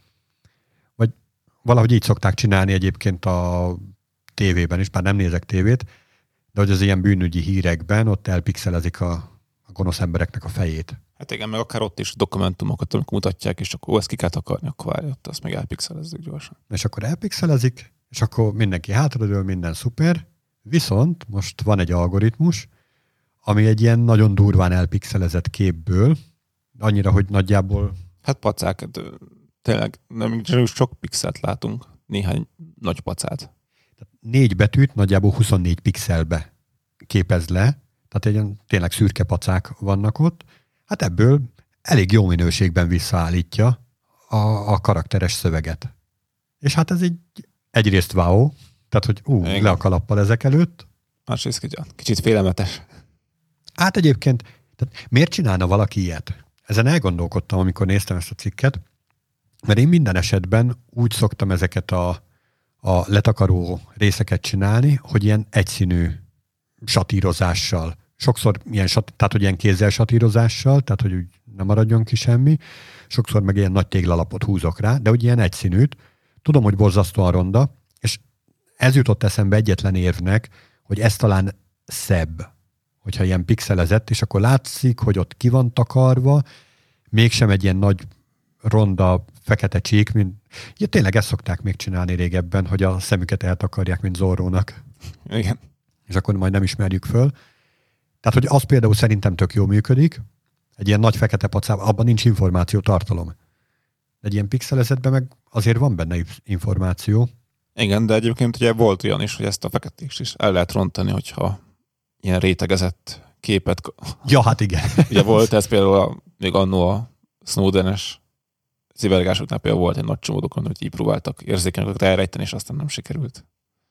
Vagy valahogy így szokták csinálni egyébként a tévében is, bár nem nézek tévét, de hogy az ilyen bűnügyi hírekben ott elpixelezik a gonosz embereknek a fejét. Hát igen, meg akár ott is dokumentumokat, amikor mutatják, és akkor ezt ki kell takarni, akkor várj, ott azt meg elpixelezzük gyorsan. És akkor elpixelezik, és akkor mindenki hátradől, minden szuper. Viszont most van egy algoritmus, ami egy ilyen nagyon durván elpixelezett képből, annyira, hogy nagyjából... Hát pacák, tényleg nem sok pixelt látunk, néhány nagy pacát. 4 betűt nagyjából 24 pixelbe képez le, tehát egy ilyen tényleg szürke pacák vannak ott. Hát ebből elég jó minőségben visszaállítja a karakteres szöveget. És hát ez egyrészt wow, tehát hogy le a kalappal ezek előtt. Másrészt kicsit félelmetes. Hát egyébként, tehát miért csinálna valaki ilyet? Ezen elgondolkodtam, amikor néztem ezt a cikket, mert én minden esetben úgy szoktam ezeket a letakaró részeket csinálni, hogy ilyen egyszínű satírozással. Sokszor ilyen, tehát hogy ilyen kézzel satírozással, tehát hogy úgy nem maradjon ki semmi. Sokszor meg ilyen nagy téglalapot húzok rá, de úgy ilyen egyszínűt. Tudom, hogy borzasztóan ronda, és ez jutott eszembe egyetlen érvnek, hogy ez talán szebb, hogyha ilyen pixelezett, és akkor látszik, hogy ott ki van takarva, mégsem egy ilyen nagy ronda, fekete csík, mint... Ja, tényleg ezt szokták még csinálni régebben, hogy a szemüket eltakarják, mint Zorrónak. Igen. És akkor majd nem ismerjük föl. Tehát, hogy az például szerintem tök jól működik, egy ilyen nagy fekete pacában, abban nincs információ tartalom. Egy ilyen pixelezetben meg azért van benne információ. Igen, de egyébként ugye volt olyan is, hogy ezt a feketést is el lehet rontani, hogyha ilyen rétegezett képet... Ja, hát igen. Ugye volt ez például még annó a Snowden-es szivárgásoknál például volt egy nagy csomódokon, hogy így próbáltak érzékenyokat elrejteni, és aztán nem sikerült.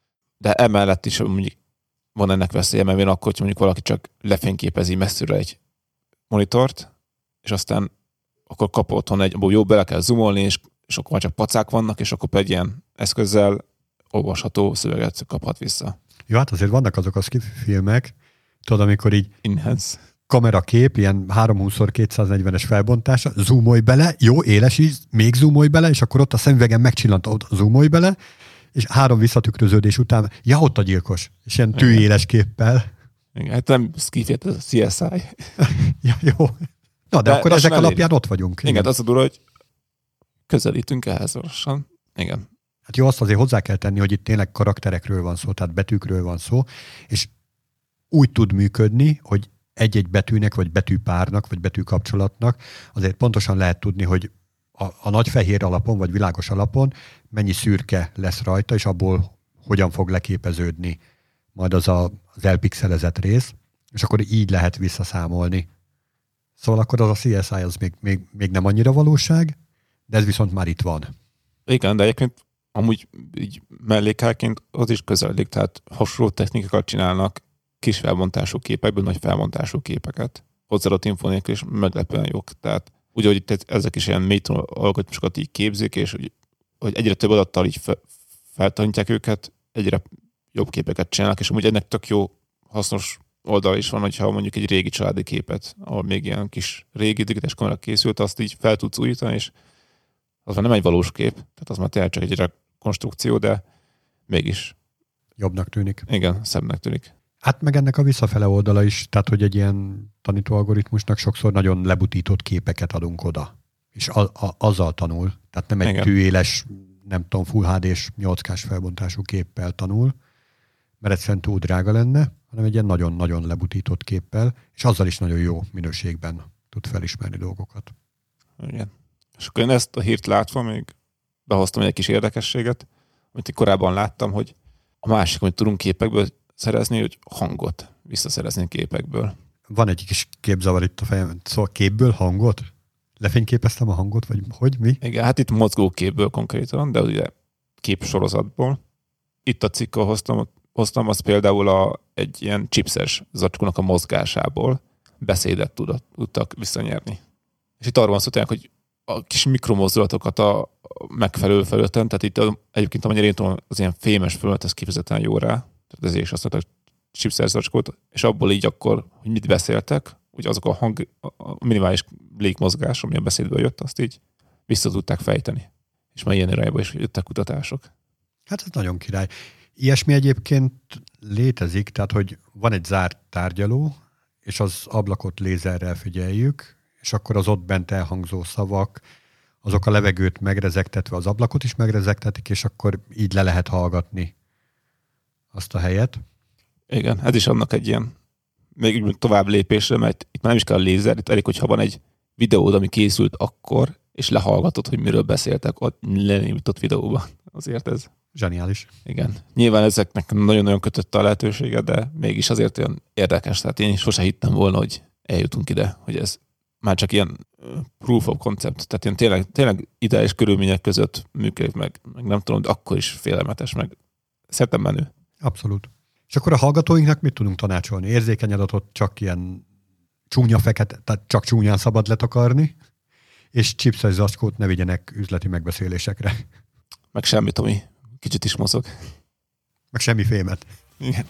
De emellett is mondjuk van ennek veszélye, mert akkor, hogy mondjuk valaki csak lefényképezi messziről egy monitort, és aztán akkor kap otthon abból jó bele kell zoomolni, és akkor már csak pacák vannak, és akkor egy ilyen eszközzel olvasható szöveget kaphat vissza. Jó, hát azért vannak azok a filmek, tudod, amikor így Enhance. Kamerakép, ilyen 320x240-es felbontása, zoomolj bele, jó, éles is, még zoomolj bele, és akkor ott a szemüvegen megcsillant, ott zoomolj bele, és 3 visszatükröződés után, ja, ott a gyilkos, és ilyen tűéles képpel. Igen, hát nem skifért, ez a CSI. Ja, jó. Na, de akkor ezek alapján ott vagyunk. Igen, az a durva, hogy közelítünk ehhez lassan. Igen. Hát jó, azt azért hozzá kell tenni, hogy itt tényleg karakterekről van szó, tehát betűkről van szó, és úgy tud működni, hogy egy-egy betűnek, vagy betűpárnak, vagy betűkapcsolatnak azért pontosan lehet tudni, hogy a nagy fehér alapon, vagy világos alapon mennyi szürke lesz rajta, és abból hogyan fog leképeződni majd az elpixelezett rész, és akkor így lehet visszaszámolni. Szóval akkor az a CSI az még nem annyira valóság, de ez viszont már itt van. Igen, de egyébként amúgy így mellékelként az is közeledik, tehát hasonló technikákat csinálnak kis felbontású képekből, nagy felbontású képeket. Hozzáadott info nélkül is meglepően jók. Tehát úgy, hogy itt ezek is ilyen mély algoritmusokat így képzik, és hogy egyre több adattal így feltanítják őket, egyre jobb képeket csinálnak, és amúgy ennek tök jó, hasznos oldal is van, hogyha mondjuk egy régi családi képet, ahol még ilyen kis régi digitális kamera készült, azt így fel tudsz újítani, és az már nem egy valós kép, tehát az már tényleg csak egy konstrukció, de mégis. Jobbnak tűnik. Igen, szebbnek tűnik. Hát meg ennek a visszafele oldala is, tehát hogy egy ilyen tanítóalgoritmusnak sokszor nagyon lebutított képeket adunk oda. És azzal tanul. Tehát nem egy tűéles, nem tudom, Full HD-s 8K-s felbontású képpel tanul, mert egyszerűen túl drága lenne, hanem egy ilyen nagyon-nagyon lebutított képpel, és azzal is nagyon jó minőségben tud felismerni dolgokat. Igen. És akkor én ezt a hírt látva még behoztam egy kis érdekességet, amit korábban láttam, hogy a másik, amit tudunk képekből szerezni, hogy hangot visszaszerezni képekből. Van egy kis képzavar itt a fejem. Szóval képből hangot? Lefényképeztem a hangot, vagy hogy, mi? Igen, hát itt mozgó képből konkrétan, de ugye képsorozatból. Itt a cikkel hoztam az például egy ilyen chipses zacskónak a mozgásából beszédet tudtak visszanyerni. És itt arról van szó, hogy a kis mikromozdulatokat a megfelelő felületen, tehát itt egyébként a magyar írtam, az ilyen fémes felület, ez kifejezetten jó rá, tehát ezért is használtak chipses zacskót, és abból így akkor, hogy mit beszéltek, hogy azok a minimális légmozgás, ami a beszédből jött, azt így vissza tudták fejteni. És már ilyen irányba is jöttek kutatások. Hát ez nagyon király. Ilyesmi egyébként létezik, tehát hogy van egy zárt tárgyaló, és az ablakot lézerrel figyeljük, és akkor az ott bent elhangzó szavak, azok a levegőt megrezegtetve az ablakot is megrezegtetik, és akkor így le lehet hallgatni azt a helyet. Igen, ez is annak egy ilyen még tovább lépésre, mert itt már nem is kell a lézer, itt elég, hogyha van egy videód, ami készült akkor, és lehallgatod, hogy miről beszéltek ott lenyújtott videóban. Azért ez zseniális. Igen. Nyilván ezeknek nagyon-nagyon kötött a lehetősége, de mégis azért olyan érdekes. Tehát én sose hittem volna, hogy eljutunk ide, hogy ez már csak ilyen proof of concept. Tehát ilyen tényleg ideális körülmények között működik meg nem tudom, de akkor is félelmetes, meg szerintem menő. Abszolút. És akkor a hallgatóinknak mit tudunk tanácsolni? Érzékeny adatot csak ilyen csúnya fekete, tehát csak csúnyán szabad letakarni, és chipses zacskót ne vigyenek üzleti megbeszélésekre. Meg semmit, ami kicsit is mozog. Meg semmi fémet. Igen.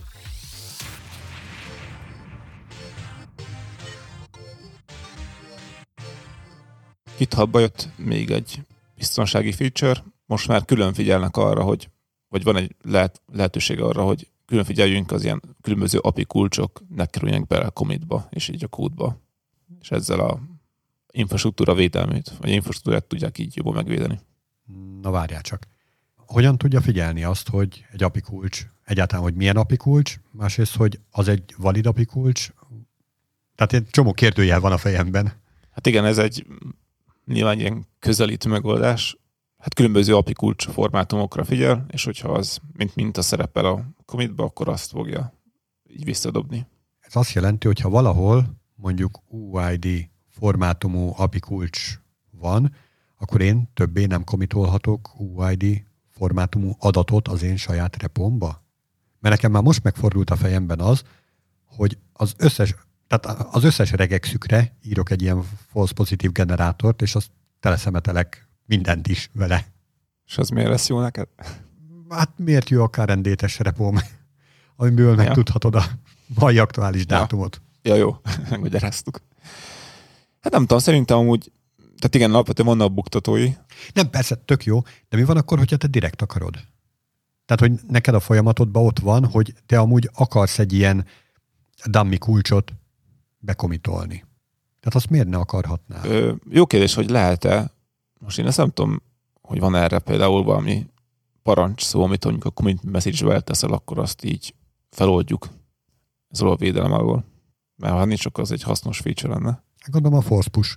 GitHubba jött még egy biztonsági feature. Most már külön figyelnek arra, vagy van egy lehetőség arra, hogy külön figyeljünk az ilyen különböző API kulcsok, ne kerüljenek bele a commitba, és így a kódba. És ezzel a infrastruktúra védelmét, vagy infrastruktúrát tudják így jobban megvédeni. Na várjál csak. Hogyan tudja figyelni azt, hogy egy API kulcs, egyáltalán, hogy milyen API kulcs, másrészt, hogy az egy valid API kulcs? Tehát egy csomó kérdőjel van a fejemben. Hát igen, ez egy nyilván ilyen közelítő megoldás. Hát különböző API kulcs formátumokra figyel, és hogyha az mint a szerepel a commitba, akkor azt fogja így visszadobni. Ez azt jelenti, hogy ha valahol mondjuk UID formátumú API kulcs van, akkor én többé nem commitolhatok UID formátumú adatot az én saját repomba? Mert nekem már most megfordult a fejemben az, hogy az összes regexükre írok egy ilyen false pozitív generátort, és azt teleszemetelek mindent is vele. És az miért lesz jó neked? Hát miért jó akár rendétes repom, amiből megtudhatod a mai aktuális dátumot. Ja jó, megmagyaráztuk. Hát nem tudom, szerintem amúgy, tehát igen, alapvetően vannak buktatói. Nem, persze, tök jó, de mi van akkor, hogyha te direkt akarod? Tehát, hogy neked a folyamatodban ott van, hogy te amúgy akarsz egy ilyen dummy kulcsot bekomitolni. Tehát azt miért ne akarhatnál? Jó kérdés, hogy lehet-e, most én ezt nem tudom, hogy van erre például valami parancs szó, amit mondjuk a commit message-be elteszel, akkor azt így feloldjuk. Ez a védelem alól. Mert ha nincs, akkor az egy hasznos feature lenne. Gondolom a force push.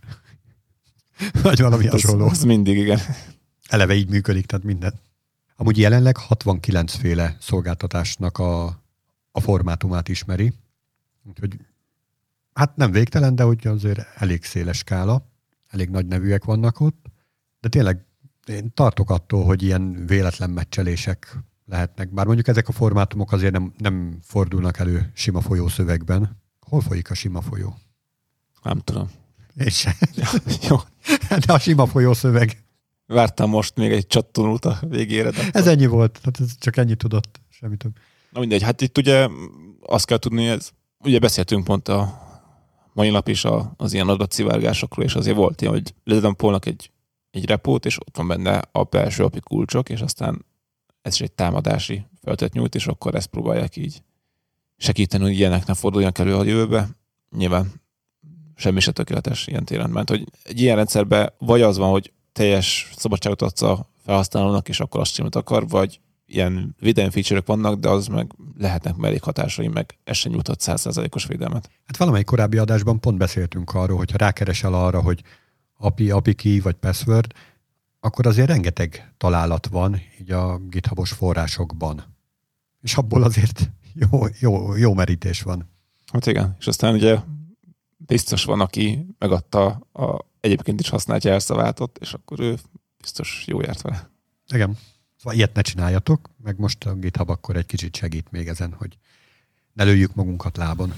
Vagy valami hasonló. Az mindig, igen. Eleve így működik, tehát minden. Amúgy jelenleg 69 féle szolgáltatásnak a formátumát ismeri. Úgyhogy hát nem végtelen, de hogy azért elég széles skála. Elég nagy nevűek vannak ott. De tényleg én tartok attól, hogy ilyen véletlen meccselések lehetnek. Bár mondjuk ezek a formátumok azért nem fordulnak elő sima folyószövegben. Hol folyik a sima folyó? Nem tudom. Én sem. Ja, jó. De a sima folyószöveg. Vártam most még egy csattanót a végére. De ez ennyi volt, tehát ez csak ennyi tudott, semmi több. Na mindegy, hát itt ugye azt kell tudni, ugye beszéltünk pont a mai nap is az ilyen adatszivárgásokról, és azért volt ilyen, hogy ledempolnak egy repót, és ott van benne a belső API kulcsok, és aztán ez is egy támadási felületet nyújt, és akkor ezt próbálják így segíteni, hogy ilyenek ne forduljanak elő a jövőbe. Nyilván semmi se tökéletes ilyen téren, mert hogy egy ilyen rendszerben vagy az van, hogy teljes szabadságot adsz a felhasználónak, és akkor azt csinálni akar, vagy ilyen védelmi feature-ök vannak, de az meg lehetnek mellékhatásai, meg ez sem nyújtott 100%-os védelmet. Hát valamelyik korábbi adásban pont beszéltünk arról, hogyha rákeresel arra, hogy API key vagy password, akkor azért rengeteg találat van így a GitHub-os forrásokban. És abból azért jó merítés van. Hát igen, és aztán ugye biztos van, aki megadta a egyébként is használt jelszavát, és akkor ő biztos jó járt vele. Igen. Szóval ilyet ne csináljatok, meg most a GitHub akkor egy kicsit segít még ezen, hogy ne lőjük magunkat lábon.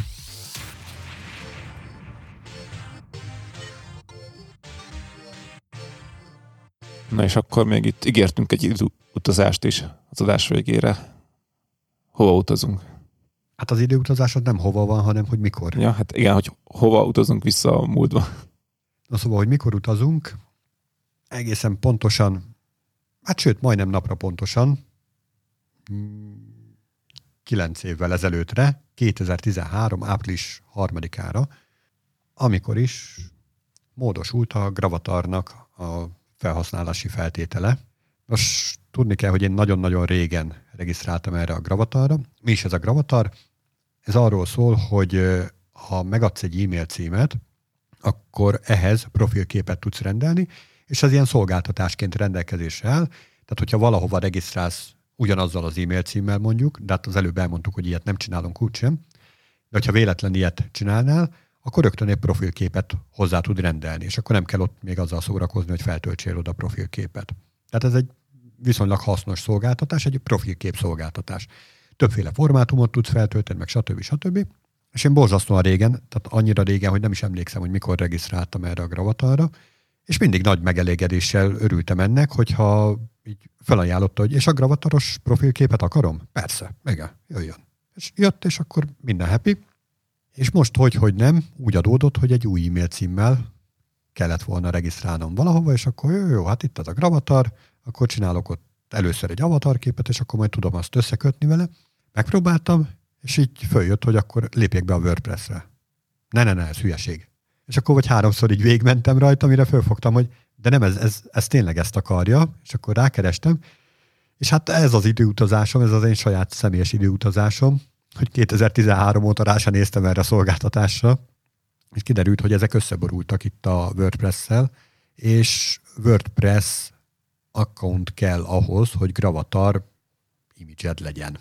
Na és akkor még itt ígértünk egy utazást is az adás végére. Hova utazunk? Hát az időutazás az nem hova van, hanem hogy mikor. Ja, hát igen, hogy hova utazunk vissza a múltba. Na szóval, hogy mikor utazunk, egészen pontosan, hát sőt, majdnem napra pontosan, 9 évvel ezelőttre, 2013. április 3-ára, amikor is módosult a Gravatarnak a felhasználási feltétele. Most tudni kell, hogy én nagyon-nagyon régen regisztráltam erre a Gravatarra. Mi is ez a Gravatar? Ez arról szól, hogy ha megadsz egy e-mail címet, akkor ehhez profilképet tudsz rendelni, és ez ilyen szolgáltatásként rendelkezésre áll. Tehát, hogyha valahova regisztrálsz ugyanazzal az e-mail címmel mondjuk, de hát az előbb elmondtuk, hogy ilyet nem csinálunk úgysem, de hogyha véletlen ilyet csinálnál, akkor rögtön egy profilképet hozzá tud rendelni, és akkor nem kell ott még azzal szórakozni, hogy feltöltsél oda profilképet. Tehát ez egy viszonylag hasznos szolgáltatás, egy profilkép szolgáltatás. Többféle formátumot tudsz feltölteni, meg stb. És én borzasztóan régen, tehát annyira régen, hogy nem is emlékszem, hogy mikor regisztráltam erre a Gravatarra, és mindig nagy megelégedéssel örültem ennek, hogyha így felajánlotta, hogy és a Gravataros profilképet akarom? Persze, igen, jöjjön. És jött, és akkor minden happy. És most hogy nem, úgy adódott, hogy egy új e-mail címmel kellett volna regisztrálnom valahova, és akkor jó, hát itt az a Gravatar, akkor csinálok ott először egy avatarképet, és akkor majd tudom azt összekötni vele. Megpróbáltam, és így följött, hogy akkor lépjek be a WordPress-re. Ne, ez hülyeség. És akkor vagy 3-szor így végmentem rajta, mire fölfogtam, hogy de nem, ez tényleg ezt akarja, és akkor rákerestem, és hát ez az időutazásom, ez az én saját személyes időutazásom, hogy 2013 óta rá sem néztem erre a szolgáltatásra, és kiderült, hogy ezek összeborultak itt a WordPress-szel, és WordPress account kell ahhoz, hogy Gravatar image-ed legyen.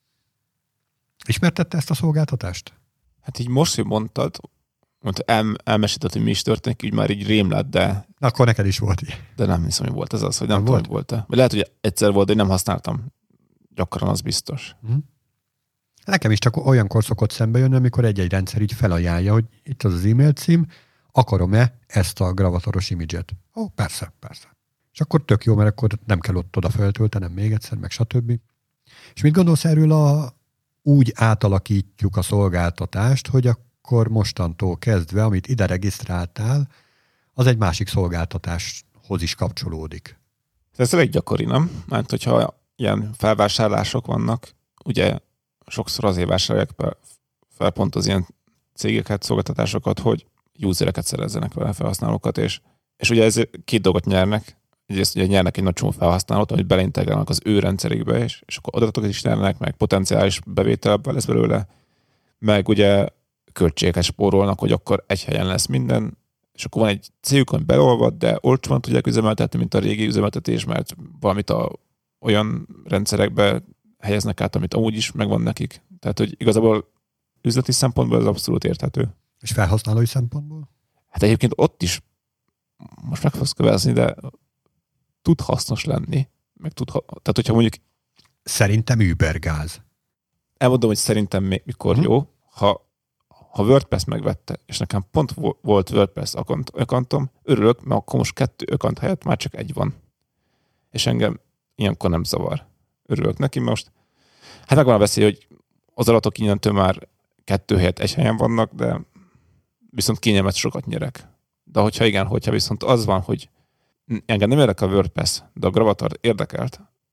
Ismertette ezt a szolgáltatást? Hát így most, hogy mondtad, elmesélted, hogy mi is történik, így már így rém lett, de... Na, akkor neked is volt így. De nem hiszem, hogy volt ez az, hogy nem tudom, hogy volt-e. Vagy lehet, hogy egyszer volt, de én nem használtam. Gyakran az biztos. Nekem is csak olyankor szokott szembe jönni, amikor egy-egy rendszer így felajánlja, hogy itt az e-mail cím, akarom-e ezt a Gravataros image-et? Ó, persze. És akkor tök jó, mert akkor nem kell ott oda feltöltenem még egyszer, meg stb. És mit gondolsz erről úgy átalakítjuk a szolgáltatást, hogy akkor mostantól kezdve, amit ide regisztráltál, az egy másik szolgáltatáshoz is kapcsolódik. Ez elég gyakori, nem? Mert hogyha ilyen felvásárlások vannak, ugye sokszor azért vásárolják fel pont az ilyen cégeket, szolgáltatásokat, hogy usereket szerezzenek vele, felhasználókat, és ugye ez 2 dolgot nyernek. Egyrészt ugye nyernek egy nagy csomó felhasználót, amit beleintegrálnak az ő rendszerükbe, és akkor adatokat is nyernek, meg potenciális bevételből lesz belőle, meg ugye költségeket spórolnak, hogy akkor egy helyen lesz minden, és akkor van egy cégük, ami beolvad, de olcsóan tudják üzemeltetni, mint a régi üzemeltetés, mert valamit olyan rendszerekbe helyeznek át, amit amúgy is megvan nekik. Tehát, hogy igazából üzleti szempontból ez abszolút érthető. És felhasználói szempontból? Hát egyébként ott is, most meg fogsz kövezni, de tud hasznos lenni. Tehát, hogyha mondjuk... Szerintem übergáz. Elmondom, hogy szerintem mikor jó. Ha WordPress megvette, és nekem pont volt WordPress accountom, örülök, mert akkor most 2 account helyett már csak egy van. És engem ilyenkor nem zavar. Örülök neki most. Hát megvan a veszély, hogy az adatok innentől már 2 helyett egy helyen vannak, de viszont kényelmet sokat nyerek. De hogyha viszont az van, hogy engem nem érdekel a WordPress, de a Gravatar érdekelt,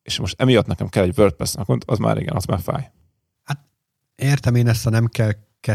és most emiatt nekem kell egy WordPress account, az már igen, az már fáj. Hát értem én ezt, nem kell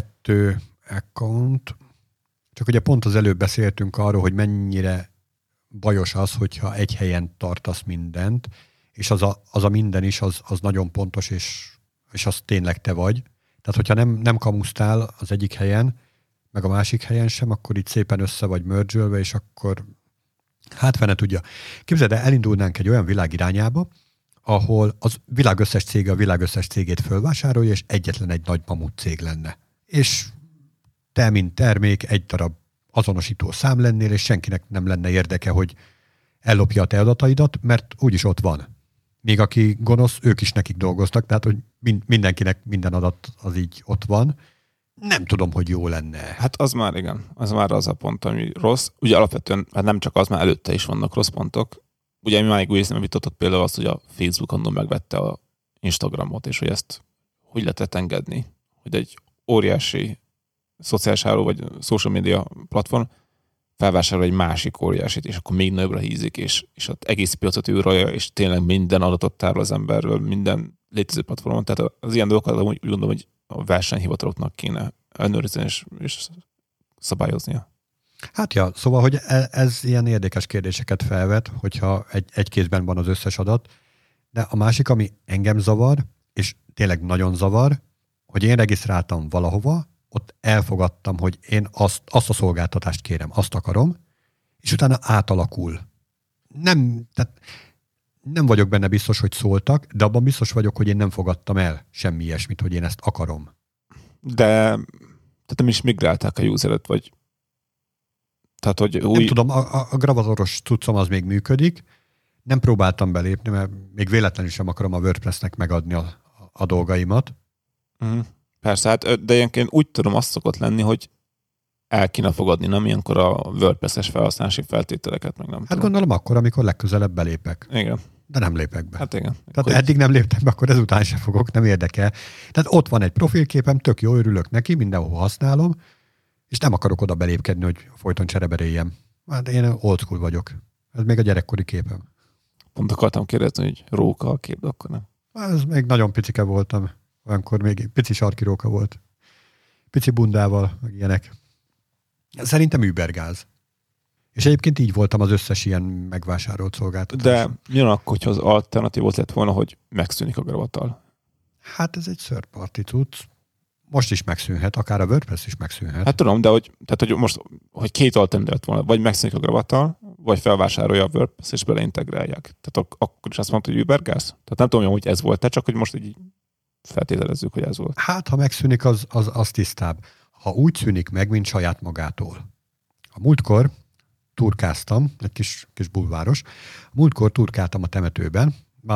2 account, csak ugye pont az előbb beszéltünk arról, hogy mennyire bajos az, hogyha egy helyen tartasz mindent, és az a minden is, az nagyon pontos, és az tényleg te vagy. Tehát, hogyha nem kamusztál az egyik helyen, meg a másik helyen sem, akkor itt szépen össze vagy merge-ölve, és akkor hát fene tudja. Képzeld el, elindulnánk egy olyan világ irányába, ahol az világ összes cége a világ összes cégét fölvásárolja, és egyetlen egy nagy mamut cég lenne. És te, mint termék, egy darab azonosító szám lennél, és senkinek nem lenne érdeke, hogy ellopja a te adataidat, mert úgyis ott van. Még aki gonosz, ők is nekik dolgoztak, tehát hogy mindenkinek minden adat az így ott van. Nem tudom, hogy jó lenne. Hát az már igen, az már az a pont, ami rossz. Ugye alapvetően, hát nem csak az, már előtte is vannak rossz pontok. Ugye mi már úgy nem vitottak például azt, hogy a Facebook annól megvette a Instagramot, és hogy ezt hogy lehetett engedni, hogy egy óriási szociális háló vagy social media platform felvásárol egy másik óriásit, és akkor még nagyobbra hízik, és az egész piacot ő uralja, és tényleg minden adatot tárol az emberről, minden létező platformon. Tehát az ilyen dolgokat úgy gondolom, hogy a versenyhivataloknak kéne ellenőrizni és szabályoznia. Hát ja, szóval, hogy ez ilyen érdekes kérdéseket felvet, hogyha egy kézben van az összes adat, de a másik, ami engem zavar, és tényleg nagyon zavar, hogy én regisztráltam valahova, ott elfogadtam, hogy én azt a szolgáltatást kérem, azt akarom, és utána átalakul. Tehát nem vagyok benne biztos, hogy szóltak, de abban biztos vagyok, hogy én nem fogadtam el semmi ilyesmit, hogy én ezt akarom. De tehát nem is migrálták a useret, vagy tehát, hogy Nem tudom, a gravatoros cuccom az még működik, nem próbáltam belépni, mert még véletlenül sem akarom a WordPressnek megadni a dolgaimat. Persze, hát, de ilyenként úgy tudom, azt szokott lenni, hogy el kéne fogadni, nem ilyenkor a WordPress-es felhasználási feltételeket, meg nem Hát tudom. gondolom akkor, amikor legközelebb belépek. Igen. De nem lépek be. Hát igen. Tehát eddig nem léptem be, akkor ezután sem fogok, nem érdekel. Tehát ott van egy profilképem, tök jó, örülök neki, mindenhol használom, és nem akarok oda belépkedni, hogy folyton csereberéljem. Hát én old school vagyok. Ez még a gyerekkori képem. Pont akartam kérdezni, hogy róka a kép, de akkor nem. Ez még nagyon picike voltam. Olyankor még pici sarki róka volt. Pici bundával, meg ilyenek. Szerintem übergáz. És egyébként így voltam az összes ilyen megvásárolt szolgáltatás. De jön akkor, hogyha az alternatívot lett volna, hogy megszűnik a gravatal. Hát ez egy third party cucc. Most is megszűnhet, akár a WordPress is megszűnhet. Hát tudom, de hogy most, hogy 2 alternatív lett volna, vagy megszűnik a gravatal, vagy felvásárolja a WordPress és beleintegrálják. Tehát akkor is azt mondta, hogy übergáz? Tehát nem tudom, hogy ez volt, csak hogy most így feltételezzük, hogy ez volt. Hát, ha megszűnik, az tisztább. Ha úgy szűnik meg, mint saját magától. A múltkor turkáztam, egy kis bulváros, múltkor turkáltam a temetőben,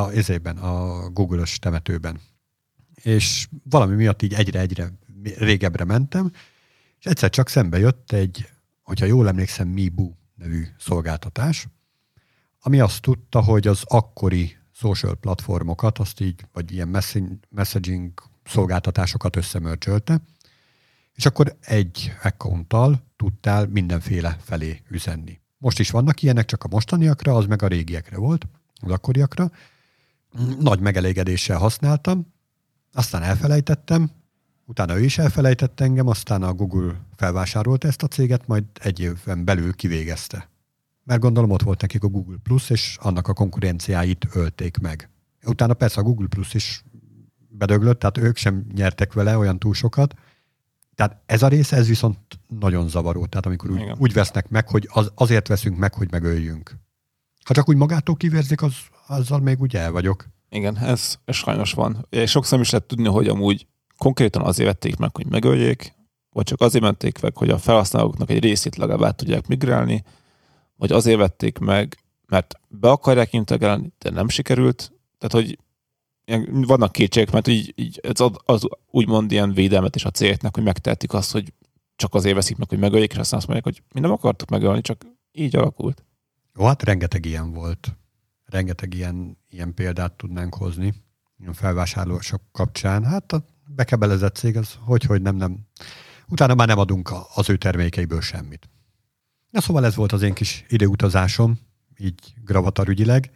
a Google-ös temetőben. És valami miatt így egyre régebbre mentem, és egyszer csak szembe jött egy, hogyha jól emlékszem, Mibu nevű szolgáltatás, ami azt tudta, hogy az akkori social platformokat, azt így, vagy ilyen messaging szolgáltatásokat összemörcsölte, és akkor egy accounttal tudtál mindenféle felé üzenni. Most is vannak ilyenek, csak a mostaniakra, az meg a régiekre volt, az akkoriakra. Nagy megelégedéssel használtam, aztán elfelejtettem, utána ő is elfelejtett engem, aztán a Google felvásárolta ezt a céget, majd egy évben belül kivégezte. Mert gondolom ott volt nekik a Google Plus, és annak a konkurenciáit ölték meg. Utána persze a Google Plus is bedöglött, tehát ők sem nyertek vele olyan túl sokat. Tehát ez a része, ez viszont nagyon zavaró. Tehát amikor úgy vesznek meg, hogy azért veszünk meg, hogy megöljünk. Ha csak úgy magától kivérzik, azzal még úgy el vagyok. Igen, ez sajnos van. És sokszor is lehet tudni, hogy amúgy konkrétan azért vették meg, hogy megöljék, vagy csak azért vették meg, hogy a felhasználóknak egy részét legalább át tudják migrálni, vagy azért vették meg, mert be akarják integrálni, de nem sikerült. Tehát, hogy vannak kétségek, mert így ez az úgymond ilyen védelmet is a cégeknek, hogy megtehetik azt, hogy csak azért veszik meg, hogy megöljék, és aztán azt mondják, hogy mi nem akartuk megölni, csak így alakult. Jó, hát rengeteg ilyen volt. Rengeteg ilyen példát tudnánk hozni, ilyen felvásárlások kapcsán. Hát a bekebelezett cég az hogy nem. Utána már nem adunk az ő termékeiből semmit. Na szóval ez volt az én kis időutazásom, így gravatarügyileg.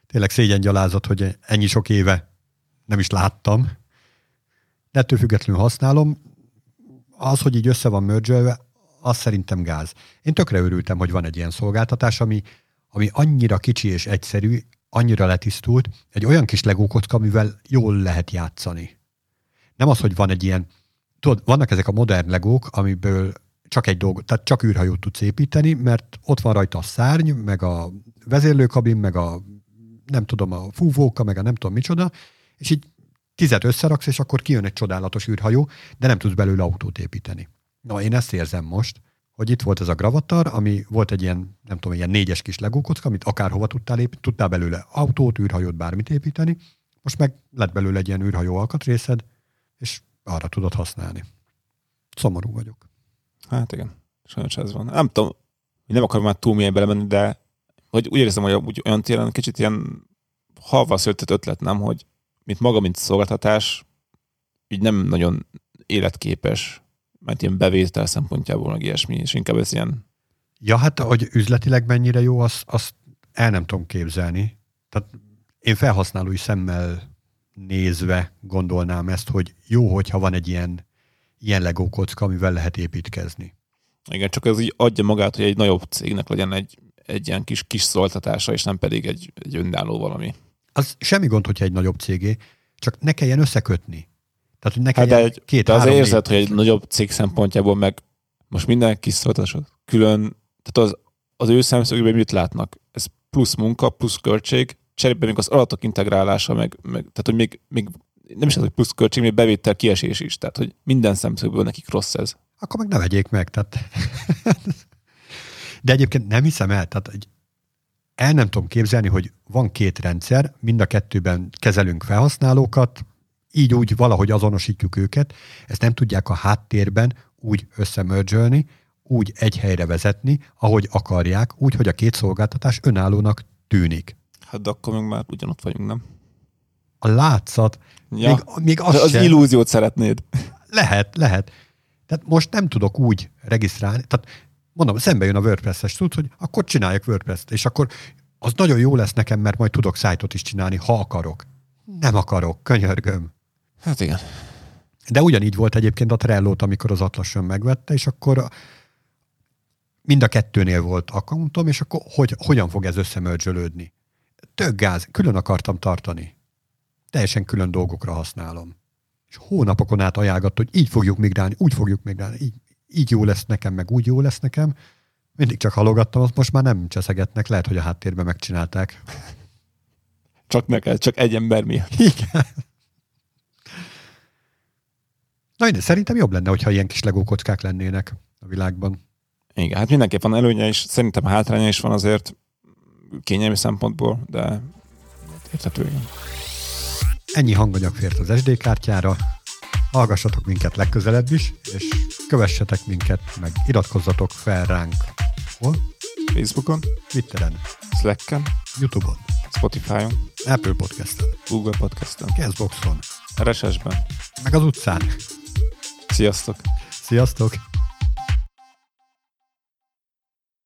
Tényleg szégyengyalázat, hogy ennyi sok éve nem is láttam. De ettől függetlenül használom. Az, hogy így össze van mergelve, az szerintem gáz. Én tökre örültem, hogy van egy ilyen szolgáltatás, ami annyira kicsi és egyszerű, annyira letisztult, egy olyan kis Lego kocka, amivel jól lehet játszani. Nem az, hogy van egy ilyen, tudod, vannak ezek a modern Legók, amiből csak egy dolgot, tehát csak űrhajót tudsz építeni, mert ott van rajta a szárny, meg a vezérlőkabin, meg a nem tudom, a fúvóka, meg a nem tudom micsoda, és így 10 összeraksz, és akkor kijön egy csodálatos űrhajó, de nem tudsz belőle autót építeni. Na, én ezt érzem most, hogy itt volt ez a Gravatar, ami volt egy ilyen, nem tudom, ilyen 4-es kis Lego kocka, amit akárhova tudtál belőle autót, űrhajót, bármit építeni. Most meg lett belőle egy ilyen űrhajó alkatrészed, és arra tudod használni. Szomorú vagyok. Hát igen, sajnos ez van. Nem tudom, nem akarom már túl mélyen belemenni, de hogy úgy érzem, hogy úgy olyan téren kicsit ilyen halva született ötlet, nem, hogy mint szolgáltatás, így nem nagyon életképes, mert ilyen bevétel szempontjából, meg ilyesmi, és inkább ez ilyen... Ja, hát, hogy üzletileg mennyire jó, azt el nem tudom képzelni. Tehát én felhasználói szemmel nézve gondolnám ezt, hogy jó, hogyha van egy ilyen Lego kocka, amivel lehet építkezni. Igen, csak ez így adja magát, hogy egy nagyobb cégnek legyen egy ilyen kis szolgáltatása, és nem pedig egy önálló valami. Az semmi gond, hogyha egy nagyobb cégé, csak ne kelljen összekötni. Tehát, hogy ne kelljen de az érzed, hogy egy nagyobb cég szempontjából meg most minden kis szolgáltatás külön, tehát az ő szemszögében mit látnak? Ez plusz munka, plusz költség, cserébe még az adatok integrálása, meg tehát, hogy még nem is az, hogy plusz költség, még bevétel kiesés is, tehát, hogy minden szemszögből nekik rossz ez. Akkor meg ne vegyék meg, tehát... De egyébként nem hiszem el, tehát el nem tudom képzelni, hogy van 2 rendszer, mind a 2-ben kezelünk felhasználókat, így úgy valahogy azonosítjuk őket, ezt nem tudják a háttérben úgy összemergelni, úgy egy helyre vezetni, ahogy akarják, úgy, hogy a 2 szolgáltatás önállónak tűnik. Hát de akkor még már ugyanott vagyunk, nem? A látszat, ja, még az sem. Illúziót szeretnéd. Lehet. Tehát most nem tudok úgy regisztrálni, tehát mondom, szembe jön a WordPress-es tud, hogy akkor csináljak WordPress-t, és akkor az nagyon jó lesz nekem, mert majd tudok szájtot is csinálni, ha akarok. Nem akarok, könyörgöm. Hát igen. De ugyanígy volt egyébként a Trello-t, amikor az Atlason megvette, és akkor mind a 2-nél volt accountom, és akkor hogyan fog ez összemergelődni? Tök gáz, külön akartam tartani. Teljesen külön dolgokra használom. És hónapokon át ajánlott, hogy így fogjuk migrálni, úgy fogjuk migrálni, így jó lesz nekem, meg úgy jó lesz nekem. Mindig csak halogattam, azt most már nem cseszegetnek, lehet, hogy a háttérben megcsinálták. Csak neked, csak egy ember miatt. Igen. Na, de szerintem jobb lenne, hogyha ilyen kis Lego kockák lennének a világban. Igen, hát mindenképp van előnye is, szerintem hátránya is van azért kényelmi szempontból, de érthető, igen. Ennyi hanganyag fért az SD kártyára. Hallgassatok minket legközelebb is, és kövessetek minket, meg iratkozzatok fel ránk. Hol? Facebookon, Twitteren, Slacken, YouTube-on, Spotify-on, Apple Podcast-en, Google Podcast-en, Castbox-on, RSS-ben, meg az utcán. Sziasztok! Sziasztok!